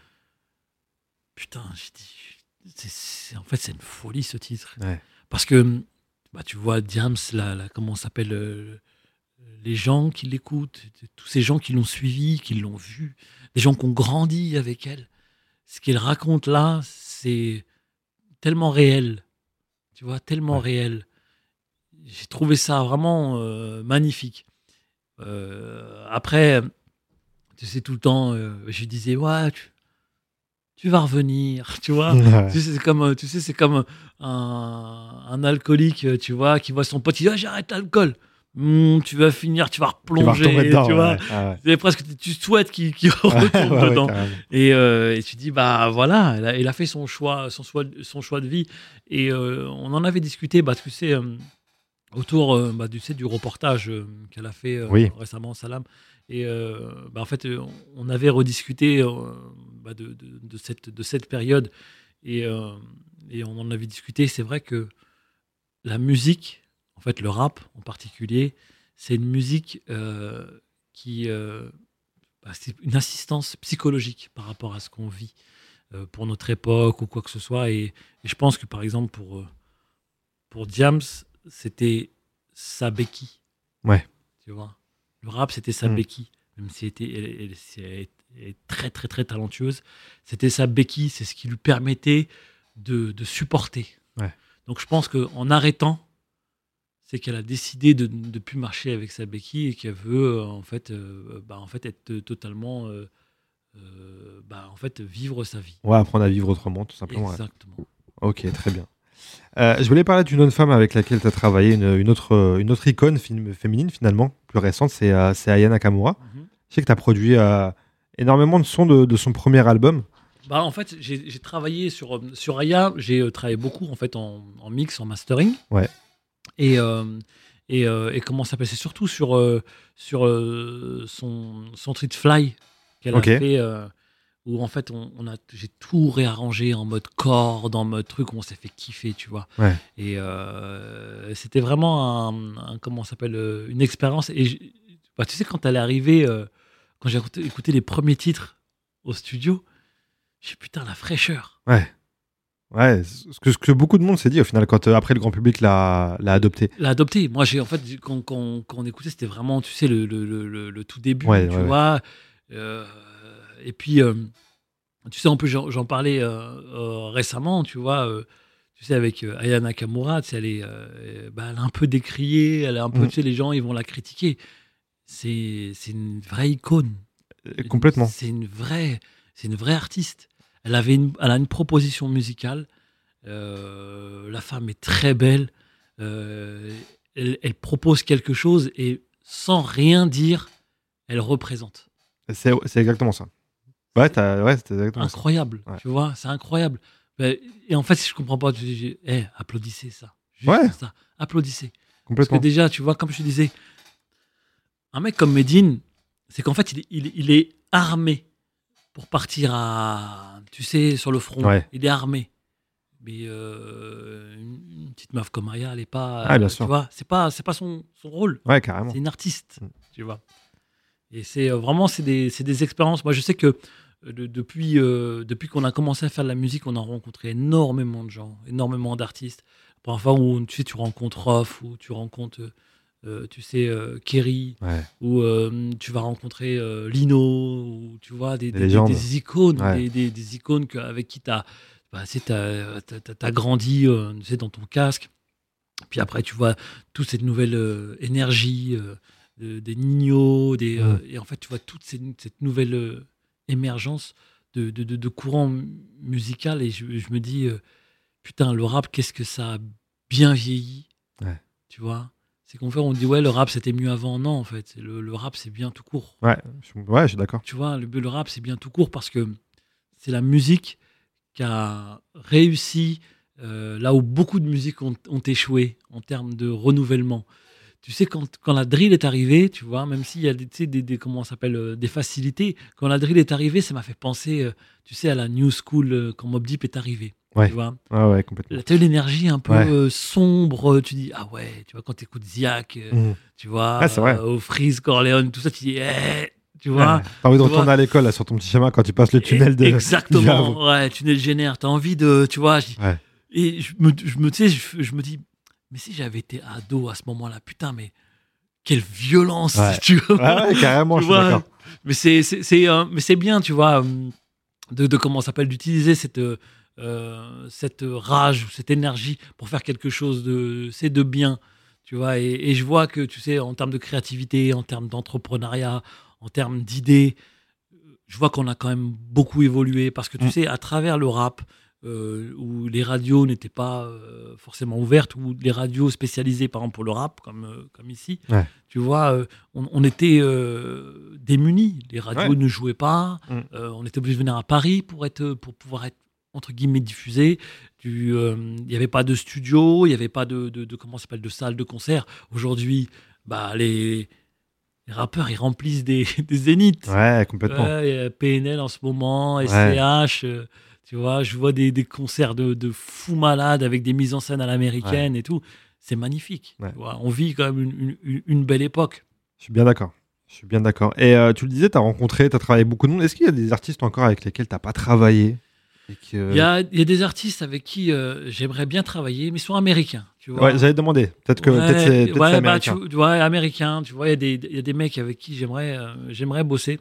putain, j'ai dit, c'est, c'est- en fait, c'est une folie ce titre. Ouais. Parce que, bah, tu vois, Diams, là, là, comment ça s'appelle euh, les gens qui l'écoutent, tous ces gens qui l'ont suivi, qui l'ont vu, des gens qui ont grandi avec elle. Ce qu'elle raconte là, c'est tellement réel, tu vois, tellement Ouais. réel. J'ai trouvé ça vraiment euh, magnifique. Euh, après, tu sais, tout le temps, euh, je disais, ouais, tu, tu vas revenir, tu vois. Ouais. Tu sais, c'est comme, tu sais, c'est comme un, un alcoolique, tu vois, qui voit son pote, il dit, ah, j'arrête l'alcool. Hum, tu vas finir, tu vas Tu vas replonger, retomber dedans. tu vois. ouais. Ah ouais. C'est presque, tu souhaites qu'il qu'il retourne Ouais, ouais, dedans. carrément. Et, euh, et tu dis, bah voilà, elle a, elle a fait son choix, son choix, son choix de vie. Et euh, on en avait discuté, bah, tu sais, euh, autour euh, bah, tu sais, du reportage euh, qu'elle a fait euh, Oui. récemment, Salam. Et euh, bah, en fait, euh, on avait rediscuté euh, bah, de, de, de cette, de cette période. Et, euh, et on en avait discuté. C'est vrai que la musique, en fait, le rap en particulier, c'est une musique euh, qui. Euh, bah, c'est une assistance psychologique par rapport à ce qu'on vit euh, pour notre époque ou quoi que ce soit. Et, et je pense que, par exemple, pour, euh, pour Diams, c'était sa béquille. Ouais. Tu vois, le rap, c'était sa Mm. béquille. Même si elle, était, elle, elle- elle- elle est très, très, très talentueuse, c'était sa béquille. C'est ce qui lui permettait de, de supporter. Ouais. Donc, je pense qu'en arrêtant, c'est qu'elle a décidé de ne plus marcher avec sa béquille et qu'elle veut euh, en, fait, euh, bah, en fait être totalement euh, euh, bah, en fait vivre sa vie. Ouais, apprendre à vivre autrement, tout simplement. ouais. Exactement. Ok, très bien. Euh, je voulais parler d'une autre femme avec laquelle tu as travaillé, une, une, autre, une autre icône film, féminine finalement, plus récente, c'est euh, c'est Aya Nakamura. Mhm. Je sais que tu as produit euh, énormément de sons de, de son premier album. Bah, en fait, j'ai j'ai travaillé sur, euh, sur Aya, j'ai euh, travaillé beaucoup en, fait, en, en mix, en mastering. Ouais. Et, euh, Et, euh, et comment ça s'appelle? C'est surtout sur, euh, sur euh, son, son Street Fly qu'elle Ok. a fait, euh, où en fait, on, on a, j'ai tout réarrangé en mode corde, en mode truc, où on s'est fait kiffer, tu vois. Ouais. Et euh, c'était vraiment un, un- comment ça s'appelle, euh, une expérience. Et j'ai- bah, tu sais, quand elle est arrivée, euh, quand j'ai écouté, écouté les premiers titres au studio, j'ai dit, putain, la fraîcheur. Ouais. Ouais, ce que, ce que beaucoup de monde s'est dit au final quand euh, après le grand public l'a, l'a adopté. L'a adopté. Moi, j'ai en fait, quand, quand, quand on écoutait, c'était vraiment, tu sais, le, le, le, le- le tout début, Ouais, tu ouais, vois. Euh, et puis, euh, tu sais, un peu, j'en, j'en parlais euh, euh, récemment, tu vois. euh, tu sais, avec euh, Aya Nakamura, tu sais, elle est, euh, bah, elle est un peu décriée, elle est un peu, Mm. tu sais, les gens, ils vont la critiquer. C'est, c'est une vraie icône. Euh, Complètement. C'est une vraie, c'est une vraie artiste. Elle avait une, elle a une proposition musicale. Euh, la femme est très belle. Euh, elle, elle propose quelque chose et sans rien dire, elle représente. C'est, c'est exactement ça. Ouais, t'as, ouais, c'est exactement ça. Incroyable, Ouais. tu vois, c'est incroyable. Ben, Et en fait, si je comprends pas, je dis, eh, applaudissez ça. Juste Ouais. ça. Applaudissez. Parce que Complètement. déjà, tu vois, comme je te disais, un mec comme Medine, c'est qu'en fait, il, est- il est- il est armé pour partir à, tu sais, sur le front. Ouais. Il est armé. Mais euh, une, une petite meuf comme Aya, elle est pas. Ah, bien euh, sûr. Tu vois, c'est pas, c'est pas son, son rôle. Ouais, carrément. C'est une artiste, Mm. tu vois. Et c'est euh, vraiment, c'est des, c'est des expériences. Moi, je sais que euh, de- depuis, euh, depuis qu'on a commencé à faire de la musique, on a rencontré énormément de gens, énormément d'artistes. Parfois, où tu sais, tu rencontres Rof, ou tu rencontres, euh, euh, tu sais, euh, Kerry, Ouais. ou euh, tu vas rencontrer euh, Lino, ou tu vois, des, Des des- légendes. des icônes, Ouais. des, des- des icônes que- avec qui tu as bah, tu sais, t'as- t'as- t'as- t'as grandi euh, tu sais, dans ton casque. Puis après, tu vois toute cette nouvelle euh, énergie euh, de- des Nino, des, euh, Mm. et en fait, tu vois toute cette, cette nouvelle euh, émergence de, de, de, de courant musical. Et je, je me dis, euh, putain, le rap, qu'est-ce que ça a bien vieilli. Ouais. Tu vois, c'est qu'on fait, on dit, ouais, le rap, c'était mieux avant. Non, en fait, c'est le, le rap, c'est bien tout court. Ouais, je, ouais, je suis d'accord. Tu vois, le, le rap, c'est bien tout court parce que c'est la musique qui a réussi euh, là où beaucoup de musiques ont, ont échoué en termes de renouvellement. Tu sais, quand, quand la drill est arrivée, tu vois, même s'il y a des, tu sais, des, des, comment on s'appelle, euh, des facilités, quand la drill est arrivée, ça m'a fait penser, euh, tu sais, à la new school euh, quand Mobb Deep est arrivé. Ouais. Tu vois, Ouais, ouais, complètement. là, tu as eu l'énergie un peu Ouais. euh, sombre, tu dis, ah ouais, tu vois, quand tu écoutes Ziak, euh, Mm. tu vois, Ouais, c'est vrai. euh, au Freeze, Corleone, tout ça, tu dis, eh, tu vois. Ouais. T'as envie de tu retourner vois. à l'école là, sur ton petit schéma quand tu passes le tunnel de. du Havre. Exactement, ouais, tunnel génère. T'as envie de, tu vois. je- Ouais. Et je me, je me, tu sais, je, je me dis, mais si j'avais été ado à ce moment-là, putain, mais quelle violence, Ouais. tu vois. Ouais, ouais, carrément, Tu je suis vois. d'accord. Mais c'est, c'est, c'est, euh, mais c'est bien, tu vois, euh, de, de comment ça s'appelle, d'utiliser cette, euh, cette rage, cette énergie pour faire quelque chose de, c'est de bien, tu vois. Et, et je vois que, tu sais, en termes de créativité, en termes d'entrepreneuriat, en termes d'idées, je vois qu'on a quand même beaucoup évolué parce que tu Mm. sais, à travers le rap, euh, où les radios n'étaient pas euh, forcément ouvertes, ou les radios spécialisées, par exemple, pour le rap, comme, euh, comme ici, Ouais. tu vois, euh, on, on était euh, démunis. Les radios Ouais. ne jouaient pas. Mm. Euh, on était obligé de venir à Paris pour, être, pour pouvoir être, entre guillemets, diffusé. Du, euh, Il n'y avait pas de studio, il n'y avait pas de, de, de, comment ça s'appelle, de salle de concert. Aujourd'hui, bah, les, les rappeurs, ils remplissent des, des zéniths. Ouais, complètement. Ouais, il y a P N L en ce moment, Ouais. S C H, euh, tu vois, je vois des, des concerts de, de fous malades avec des mises en scène à l'américaine et tout. C'est magnifique. Ouais. Tu vois. On vit quand même une, une, une belle époque. Je suis bien d'accord. Je suis bien d'accord. Et euh, tu le disais, tu as rencontré, tu as travaillé beaucoup de monde. Est-ce qu'il y a des artistes encore avec lesquels tu n'as pas travaillé et que... Il y, a, il y a des artistes avec qui euh, j'aimerais bien travailler, mais ils sont américains. Tu vois. Ouais, j'allais te demander. Peut-être que Ouais, peut-être c'est, peut-être ouais, c'est bah, américain. tu, tu vois, américain, tu vois, il y a des, il y a des mecs avec qui j'aimerais, euh, j'aimerais bosser.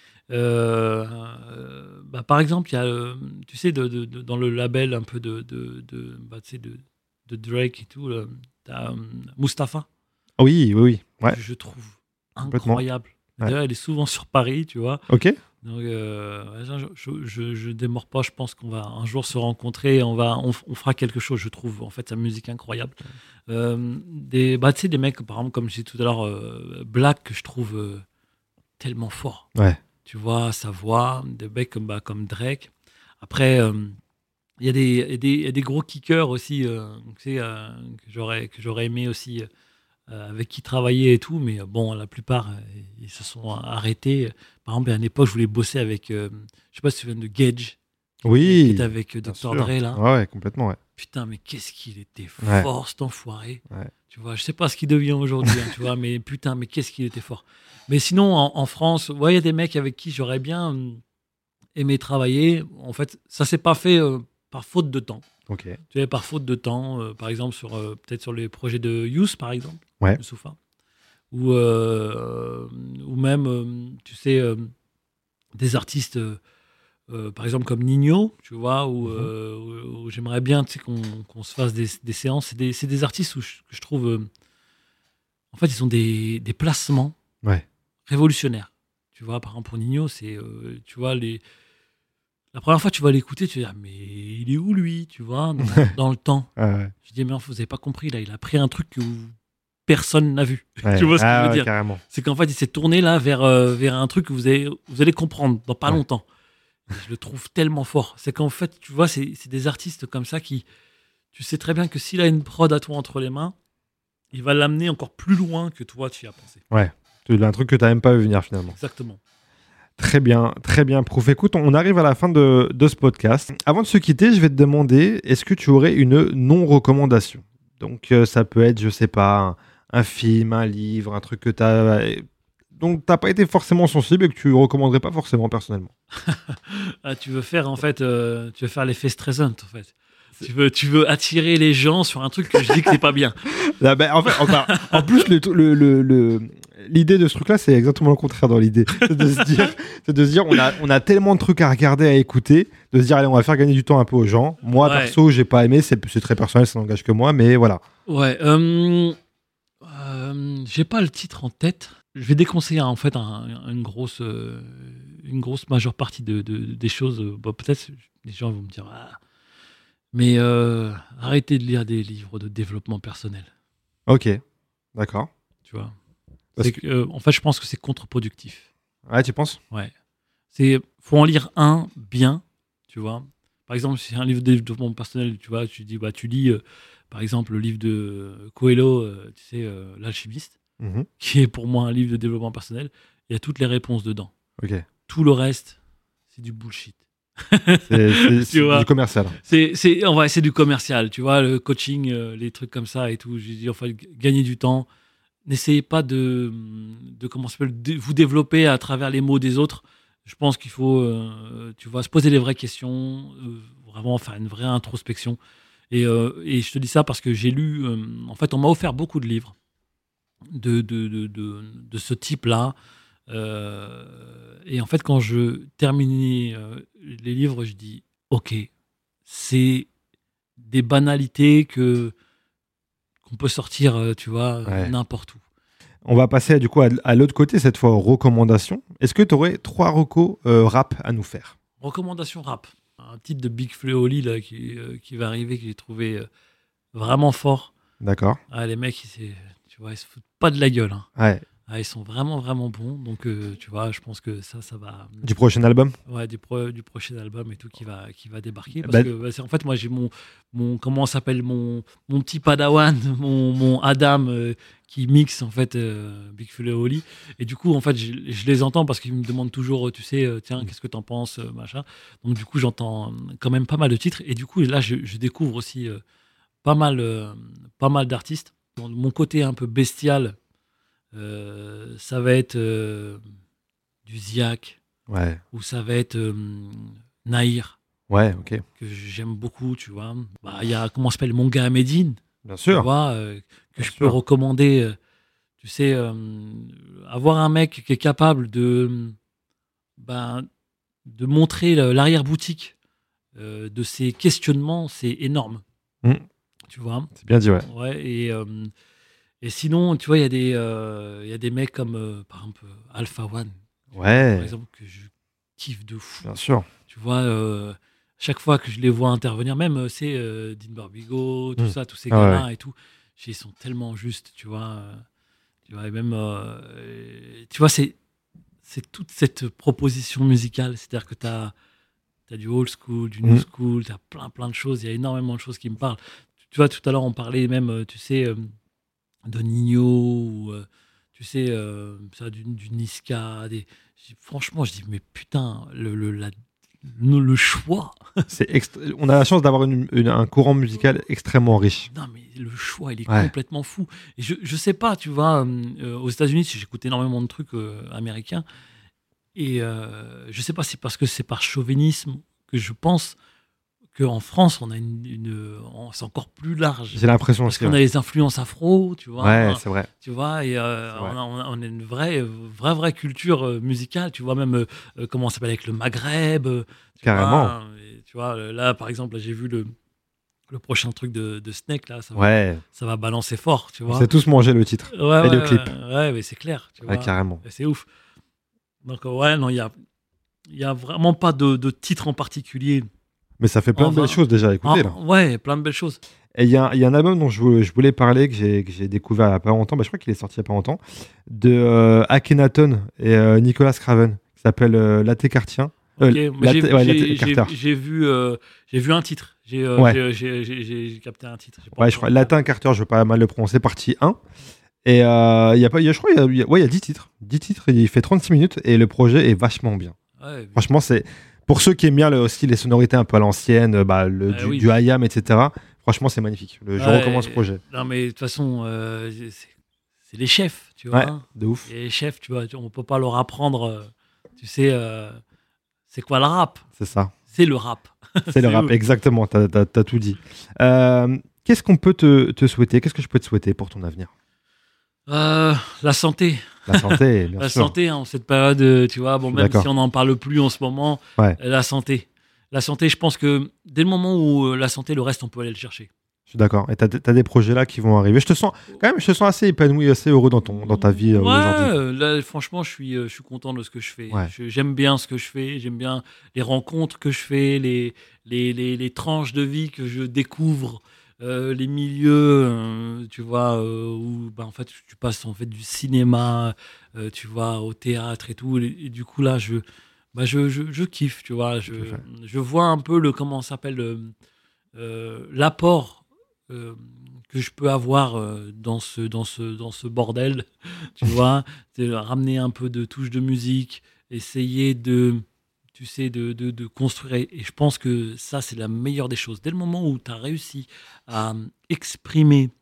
Euh, euh, bah, par exemple, il y a, euh, tu sais, de, de- de- dans le label un peu de, de, de, bah, tu sais, de, de Drake et tout, là, t'as euh, Mustapha, Ah oui, oui, oui. Ouais. que je trouve Complètement. incroyable. Ouais. D'ailleurs, elle est souvent sur Paris, tu vois. Ok. Donc, euh, ouais, je, je, je, je démords pas. Je pense qu'on va un jour se rencontrer. Et on va, on, f- on fera quelque chose. Je trouve en fait sa musique incroyable. Euh, des, bah, tu sais, des mecs, par exemple, comme je disais tout à l'heure, euh, Black, que je trouve euh, tellement fort. Ouais. Tu vois, sa voix, des mecs comme, bah, comme Drake. Après, euh, il y a des, il y a des, il y a des gros kickers aussi, euh, tu sais, euh, que j'aurais, que j'aurais aimé aussi euh, avec qui travailler et tout, mais euh, bon, la plupart, euh, ils se sont arrêtés. Par exemple, à une époque, je voulais bosser avec, euh, je sais pas si tu te souviens de Gage, qui Oui. était avec euh, bien docteur sûr. Dre, là. Ouais, ouais, complètement, ouais. Putain, mais qu'est-ce qu'il était Ouais. fort, cet enfoiré. Ouais. Tu vois, je sais pas ce qu'il devient aujourd'hui, hein, tu vois, mais putain, mais qu'est-ce qu'il était fort. Mais sinon, en, en France, ouais, il y a des mecs avec qui j'aurais bien hum, aimé travailler. En fait, ça s'est pas fait euh, par faute de temps. Ok. Tu sais, par faute de temps, euh, par exemple, sur, euh, peut-être sur les projets de Youth, par exemple, Ouais. de Soufa. Ou, euh, ou même, euh, tu sais, euh, des artistes, euh, euh, par exemple, comme Nino, tu vois, où, Mhm. euh, où- où j'aimerais bien tu sais, qu'on qu'on se fasse des, des séances. C'est des, c'est des artistes où je, que je trouve, euh, en fait, ils ont des, des placements Ouais. révolutionnaires. Tu vois, par exemple, pour Nino, c'est, euh, tu vois, les... la première fois que tu vas l'écouter, tu vas dire, mais il est où lui, tu vois, dans, dans le temps. Ouais, ouais. Je dis, mais enfin, vous n'avez pas compris, là, il a pris un truc que vous- personne n'a vu. Ouais. Tu vois ce que Ah, je veux ouais, dire? carrément. C'est qu'en fait, il s'est tourné là vers, euh, vers un truc que vous, avez, vous allez comprendre dans pas Ouais. longtemps. Et je le trouve tellement fort. C'est qu'en fait, tu vois, c'est c'est des artistes comme ça qui, tu sais très bien que s'il a une prod à toi entre les mains, il va l'amener encore plus loin que toi, tu y as pensé. C'est un truc que tu n'as même pas vu venir finalement. Exactement. Très bien, très bien, Proof. Écoute, on arrive à la fin de, de ce podcast. Avant de se quitter, je vais te demander, est-ce que tu aurais une non-recommandation? Donc, euh, ça peut être, je sais pas, un, un film, un livre, un truc que tu as... Donc, tu n'as pas été forcément sensible et que tu recommanderais pas forcément personnellement. Ah, tu veux faire en fait, euh, tu veux faire l'effet Streisand en fait. Tu veux, tu veux attirer les gens sur un truc que je dis que c'est pas bien. Là, ben, en, fait, enfin, en plus, le, le, le, le- l'idée de ce truc-là, c'est exactement le contraire dans l'idée. C'est de se dire, c'est de se dire on, a, on a tellement de trucs à regarder, à écouter, de se dire, allez, on va faire gagner du temps un peu aux gens. Moi, Ouais. perso, j'ai pas aimé, c'est, c'est très personnel, ça n'engage que moi, mais voilà. Ouais. Euh, euh, j'ai pas le titre en tête. Je vais déconseiller en fait un- une grosse, euh, une grosse majeure partie de, de- des choses. Bon, peut-être les gens vont me dire, ah. Mais euh, arrêtez de lire des livres de développement personnel. Ok, d'accord. Tu vois. Parce C'est que- que, euh, en fait, je pense que c'est contre-productif. Ouais, tu penses? Ouais. C'est, faut en lire un bien, tu vois. Par exemple, si c'est un livre de développement personnel, tu vois, tu dis, bah, tu lis, euh, par exemple, le livre de Coelho, euh, tu sais, euh, L'Alchimiste, Mhm. qui est pour moi un livre de développement personnel. Il y a toutes les réponses dedans. Ok. Tout le reste, c'est du bullshit. C'est, c'est- c'est vois. du commercial. C'est, c'est, en vrai, c'est du commercial, tu vois, le coaching, euh, les trucs comme ça et tout. Je dis, enfin, g- gagner du temps. N'essayez pas de, de comment ça s'appelle, de vous développer à travers les mots des autres. Je pense qu'il faut, euh, tu vois, se poser les vraies questions, euh, vraiment faire une vraie introspection. Et, euh, et je te dis ça parce que j'ai lu, euh, en fait, on m'a offert beaucoup de livres de, de, de, de, de ce type-là. Euh, et en fait, quand je terminais euh, les livres, je dis, ok, c'est des banalités que qu'on peut sortir, euh, tu vois, Ouais. n'importe où. On va passer du coup à, à l'autre côté, cette fois aux recommandations. Est-ce que tu aurais trois recos euh, rap à nous faire? Recommandation rap. Un titre de Big Flo et Oli là, qui, euh, qui va arriver, que j'ai trouvé euh, vraiment fort. D'accord. Ah, les mecs, ils, c'est- tu vois, ils se foutent pas de la gueule. Hein. Ouais. Ah, ils sont vraiment, vraiment bons. Donc, euh, tu vois, je pense que ça, ça va. Du prochain album? Ouais, du, pro- du prochain album et tout qui va, qui va débarquer. Parce Bah- que bah, c'est, en fait, moi, j'ai mon, mon. Comment ça s'appelle mon, mon petit padawan, mon, mon Adam euh, qui mixe, en fait, euh, Big Flo et Oli. Et du coup, en fait, je, je les entends parce qu'ils me demandent toujours, tu sais, euh, tiens, qu'est-ce que t'en penses, euh, machin. Donc, du coup, j'entends euh, quand même pas mal de titres. Et du coup, là, je, je découvre aussi euh, pas mal, euh, pas mal d'artistes. Bon, mon côté un peu bestial, euh, ça va être euh, du Ziak, Ouais. ou ça va être euh, Nahir, Ouais, ok. que j'aime beaucoup, tu vois. Bah, il y a, comment s'appelle, mon gars Medine, Bien tu sûr. vois, euh, que Bien je sûr. peux recommander. euh, tu sais, euh, avoir un mec qui est capable de, ben, de montrer le- l'arrière-boutique euh, de ses questionnements, c'est énorme. Mm. Tu vois. C'est bien dit, ouais. Ouais, et, euh, et sinon, tu vois, il y, a des, euh, il y a des mecs comme, euh, par exemple, Alpha One, par Ouais, exemple, que je kiffe de fou. bien sûr. Tu vois, euh, chaque fois que je les vois intervenir, même, euh, c'est euh, Dean Barbigo, tout Mm. ça, tous ces Ah gars-là et tout, ils sont tellement justes, tu vois. euh, tu vois, et même, euh, et- tu vois, c'est, c'est toute cette proposition musicale. C'est-à-dire que tu as du old school, du new Mm. school, tu as plein, plein de choses. Il y a énormément de choses qui me parlent. Tu vois, tout à l'heure, on parlait même, euh, tu sais, euh, de Nino, ou, euh, tu sais, euh, ça, du, du Niska. Des... j'ai- Franchement, je dis, mais putain, le, le, la- le, le choix. C'est extra- On a la chance d'avoir une- une- un courant musical extrêmement riche. Non, mais le choix, il est Ouais. complètement fou. Et je, je sais pas, tu vois, euh, euh, aux États-Unis, j'écoute énormément de trucs euh, américains. Et euh, je sais pas si parce que c'est par chauvinisme que je pense qu'en France, on a une, une- on- c'est encore plus large. J'ai l'impression Parce aussi. qu'on a Ouais, les influences afro, tu vois. Ouais, c'est vrai. Tu vois, et euh, C'est on, vrai. a, on a- on a une vraie, vraie, vraie culture euh, musicale, tu vois, même euh, euh, comment ça s'appelle avec le Maghreb. euh, tu Carrément. vois, et tu vois, euh, là, par exemple, là, j'ai vu le, le prochain truc de, de Snake, là, ça va, Ouais. ça va balancer fort, tu On vois. s'est tous mangé le titre. Ouais, et ouais, le clip. Ouais, ouais, mais c'est clair, tu vois. Ouais, carrément. Et c'est ouf. Donc, euh, ouais, non, il y a, il y a vraiment pas de, de titre en particulier. Mais ça fait plein On de belles va- choses déjà à écouter. Ah, Là. ouais, plein de belles choses. Et il y a, il y a un album dont je, voulais- je voulais parler, que j'ai, que j'ai découvert il n'y a pas longtemps, bah, je crois qu'il est sorti il n'y a pas longtemps, de euh, Akhenaton et euh, Nicolas Craven, qui s'appelle euh, Latte Cartien. Euh, Ok, mais Latte- j'ai, ouais, j'ai- Latte j'ai- Carter. j'ai vu, euh, j'ai vu un titre. J'ai, euh, Ouais. j'ai, j'ai- j'ai- j'ai- j'ai capté un titre. J'ai pas Ouais, je encore- crois. Latin Carter, je veux pas mal le prononcer, partie un. Et euh, il y a pas, il y a- je crois, il y a, il y a- ouais, il y a dix titres. dix titres, il fait trente-six minutes et le projet est vachement bien. Ouais, Franchement, c'est pour ceux qui aiment bien le, aussi les sonorités un peu à l'ancienne, euh, bah, le, Ah du, oui. du I A M, et cetera. Franchement, c'est magnifique. Le- je Ouais, recommande ce projet. Non, mais de toute façon, euh, c'est, c'est les chefs, tu vois. Ouais, de ouf. Et les chefs, tu vois, tu- on peut pas leur apprendre, euh, tu sais, euh, c'est quoi le rap? C'est ça. C'est le rap. C'est le C'est rap, ouf. exactement. T'as, t'as- t'as tout dit. Euh, qu'est-ce qu'on peut te, te souhaiter? Qu'est-ce que je peux te souhaiter pour ton avenir? Euh, la santé. La santé, bien La sûr. santé, hein, en cette période, euh, tu vois, bon, suis même d'accord. si on n'en parle plus en ce moment, Ouais. euh, la santé. La santé, je pense que dès le moment où euh, la santé, le reste, on peut aller le chercher. Je suis d'accord. Et t'as, t'as des projets là qui vont arriver. Je te sens, quand même, je te sens assez épanoui, assez heureux dans, ton, dans ta vie euh, Ouais, aujourd'hui. euh, là, franchement, je suis, euh, je suis content de ce que je fais. Ouais. Je- j'aime bien ce que je fais, j'aime bien les rencontres que je fais, les, les, les, les tranches de vie que je découvre, euh, les milieux, euh, tu vois, euh, où bah, en fait, tu passes en fait, du cinéma, euh, tu vois, au théâtre et tout. Et, et du coup, là, je, bah, je, je, je kiffe, tu vois. Je, Tout à fait. je vois un peu le, comment ça s'appelle, euh, euh, l'apport euh, que je peux avoir euh, dans, ce, dans, ce, dans ce bordel, tu vois, c'est ramener un peu de touche de musique, essayer de, tu sais, de, de, de construire. Et je pense que ça, c'est la meilleure des choses. Dès le moment où tu as réussi à exprimer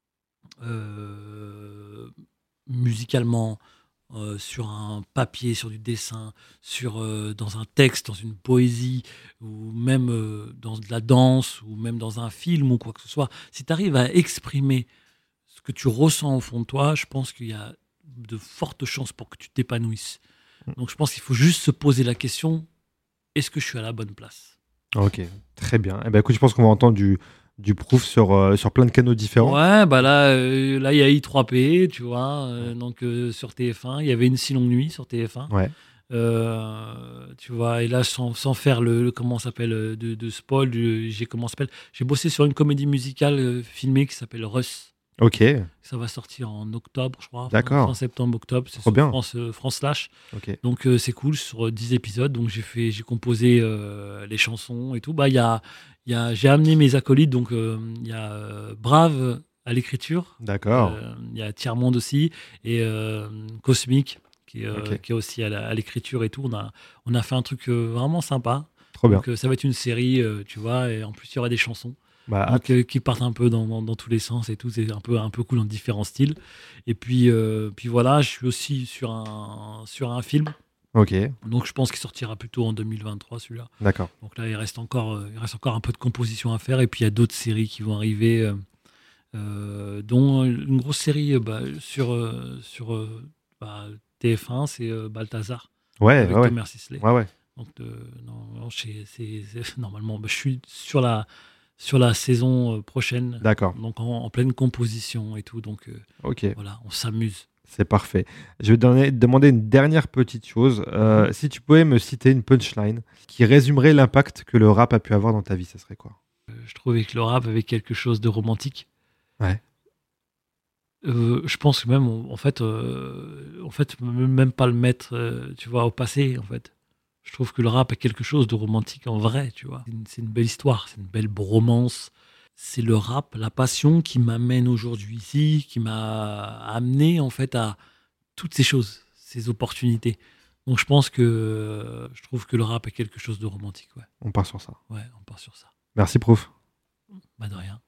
euh, musicalement, euh, sur un papier, sur du dessin, sur, euh, dans un texte, dans une poésie, ou même euh, dans de la danse, ou même dans un film ou quoi que ce soit, si tu arrives à exprimer ce que tu ressens au fond de toi, je pense qu'il y a de fortes chances pour que tu t'épanouisses. Donc je pense qu'il faut juste se poser la question, est-ce que je suis à la bonne place? Ok, très bien. Eh ben, écoute, je pense qu'on va entendre du, du proof sur, euh, sur plein de canaux différents. Ouais, bah là, euh, là il y a I trois P, tu vois, euh, donc euh, sur T F un, il y avait Une si longue nuit sur T F un. Ouais. Euh, tu vois, et là, sans, sans faire le, le- comment ça s'appelle, euh, de, de spoil, du- j'ai comment ça s'appelle, j'ai bossé sur une comédie musicale euh, filmée qui s'appelle Russ. Ok, Ça va sortir en octobre, je crois. fin- D'accord. Fin septembre, octobre. C'est Trop sur bien. France, euh, France Slash. ok. Donc euh, c'est cool, sur euh, dix épisodes. Donc j'ai fait, j'ai composé euh, les chansons et tout. Bah, il y a, il y a, j'ai amené mes acolytes. Donc euh, il y a euh, Brave à l'écriture. D'accord. Euh, Il y a Tiers-Monde aussi. Et euh, Cosmic, qui, est, euh, Ok. qui est aussi à, la- à l'écriture et tout. On a, on a fait un truc euh, vraiment sympa. Trop bien. Donc euh, ça va être une série, euh, tu vois. Et en plus, il y aura des chansons. Bah, Donc, euh, qui partent un peu dans, dans, dans tous les sens et tout. C'est un peu, un peu cool dans différents styles. Et puis, euh, puis voilà, je suis aussi sur un, sur un film. ok, Donc je pense qu'il sortira plutôt en deux mille vingt-trois celui-là. d'accord. Donc là, il reste encore, euh, il reste encore un peu de composition à faire. Et puis il y a d'autres séries qui vont arriver, euh, euh, dont une grosse série euh, bah, sur, euh, sur euh, bah, T F un, c'est euh, Balthazar Ouais, avec ouais, ouais. Thomas Sisley. Ouais, ouais. Donc euh, non, non, c'est- c'est- c'est- normalement, bah, je suis sur la, sur la saison euh, prochaine. D'accord. Donc en, en pleine composition et tout. Donc euh, Ok, voilà, on s'amuse. c'est parfait. Je vais te donner- te demander une dernière petite chose. Euh, si tu pouvais me citer une punchline qui résumerait l'impact que le rap a pu avoir dans ta vie, ça serait quoi? Euh, je trouvais que le rap avait quelque chose de romantique. Ouais. Euh, je pense que même, en fait, euh, en fait, m- même pas le mettre, euh, tu vois, au passé, en fait. Je trouve que le rap a quelque chose de romantique en vrai, tu vois. C'est une, c'est une belle histoire, c'est une belle bromance. c'est le rap, la passion qui m'amène aujourd'hui ici, qui m'a amené en fait à toutes ces choses, ces opportunités. Donc je pense que je trouve que le rap est quelque chose de romantique. Ouais, On part sur ça. ouais, on part sur ça. Merci, prof. Bah de rien.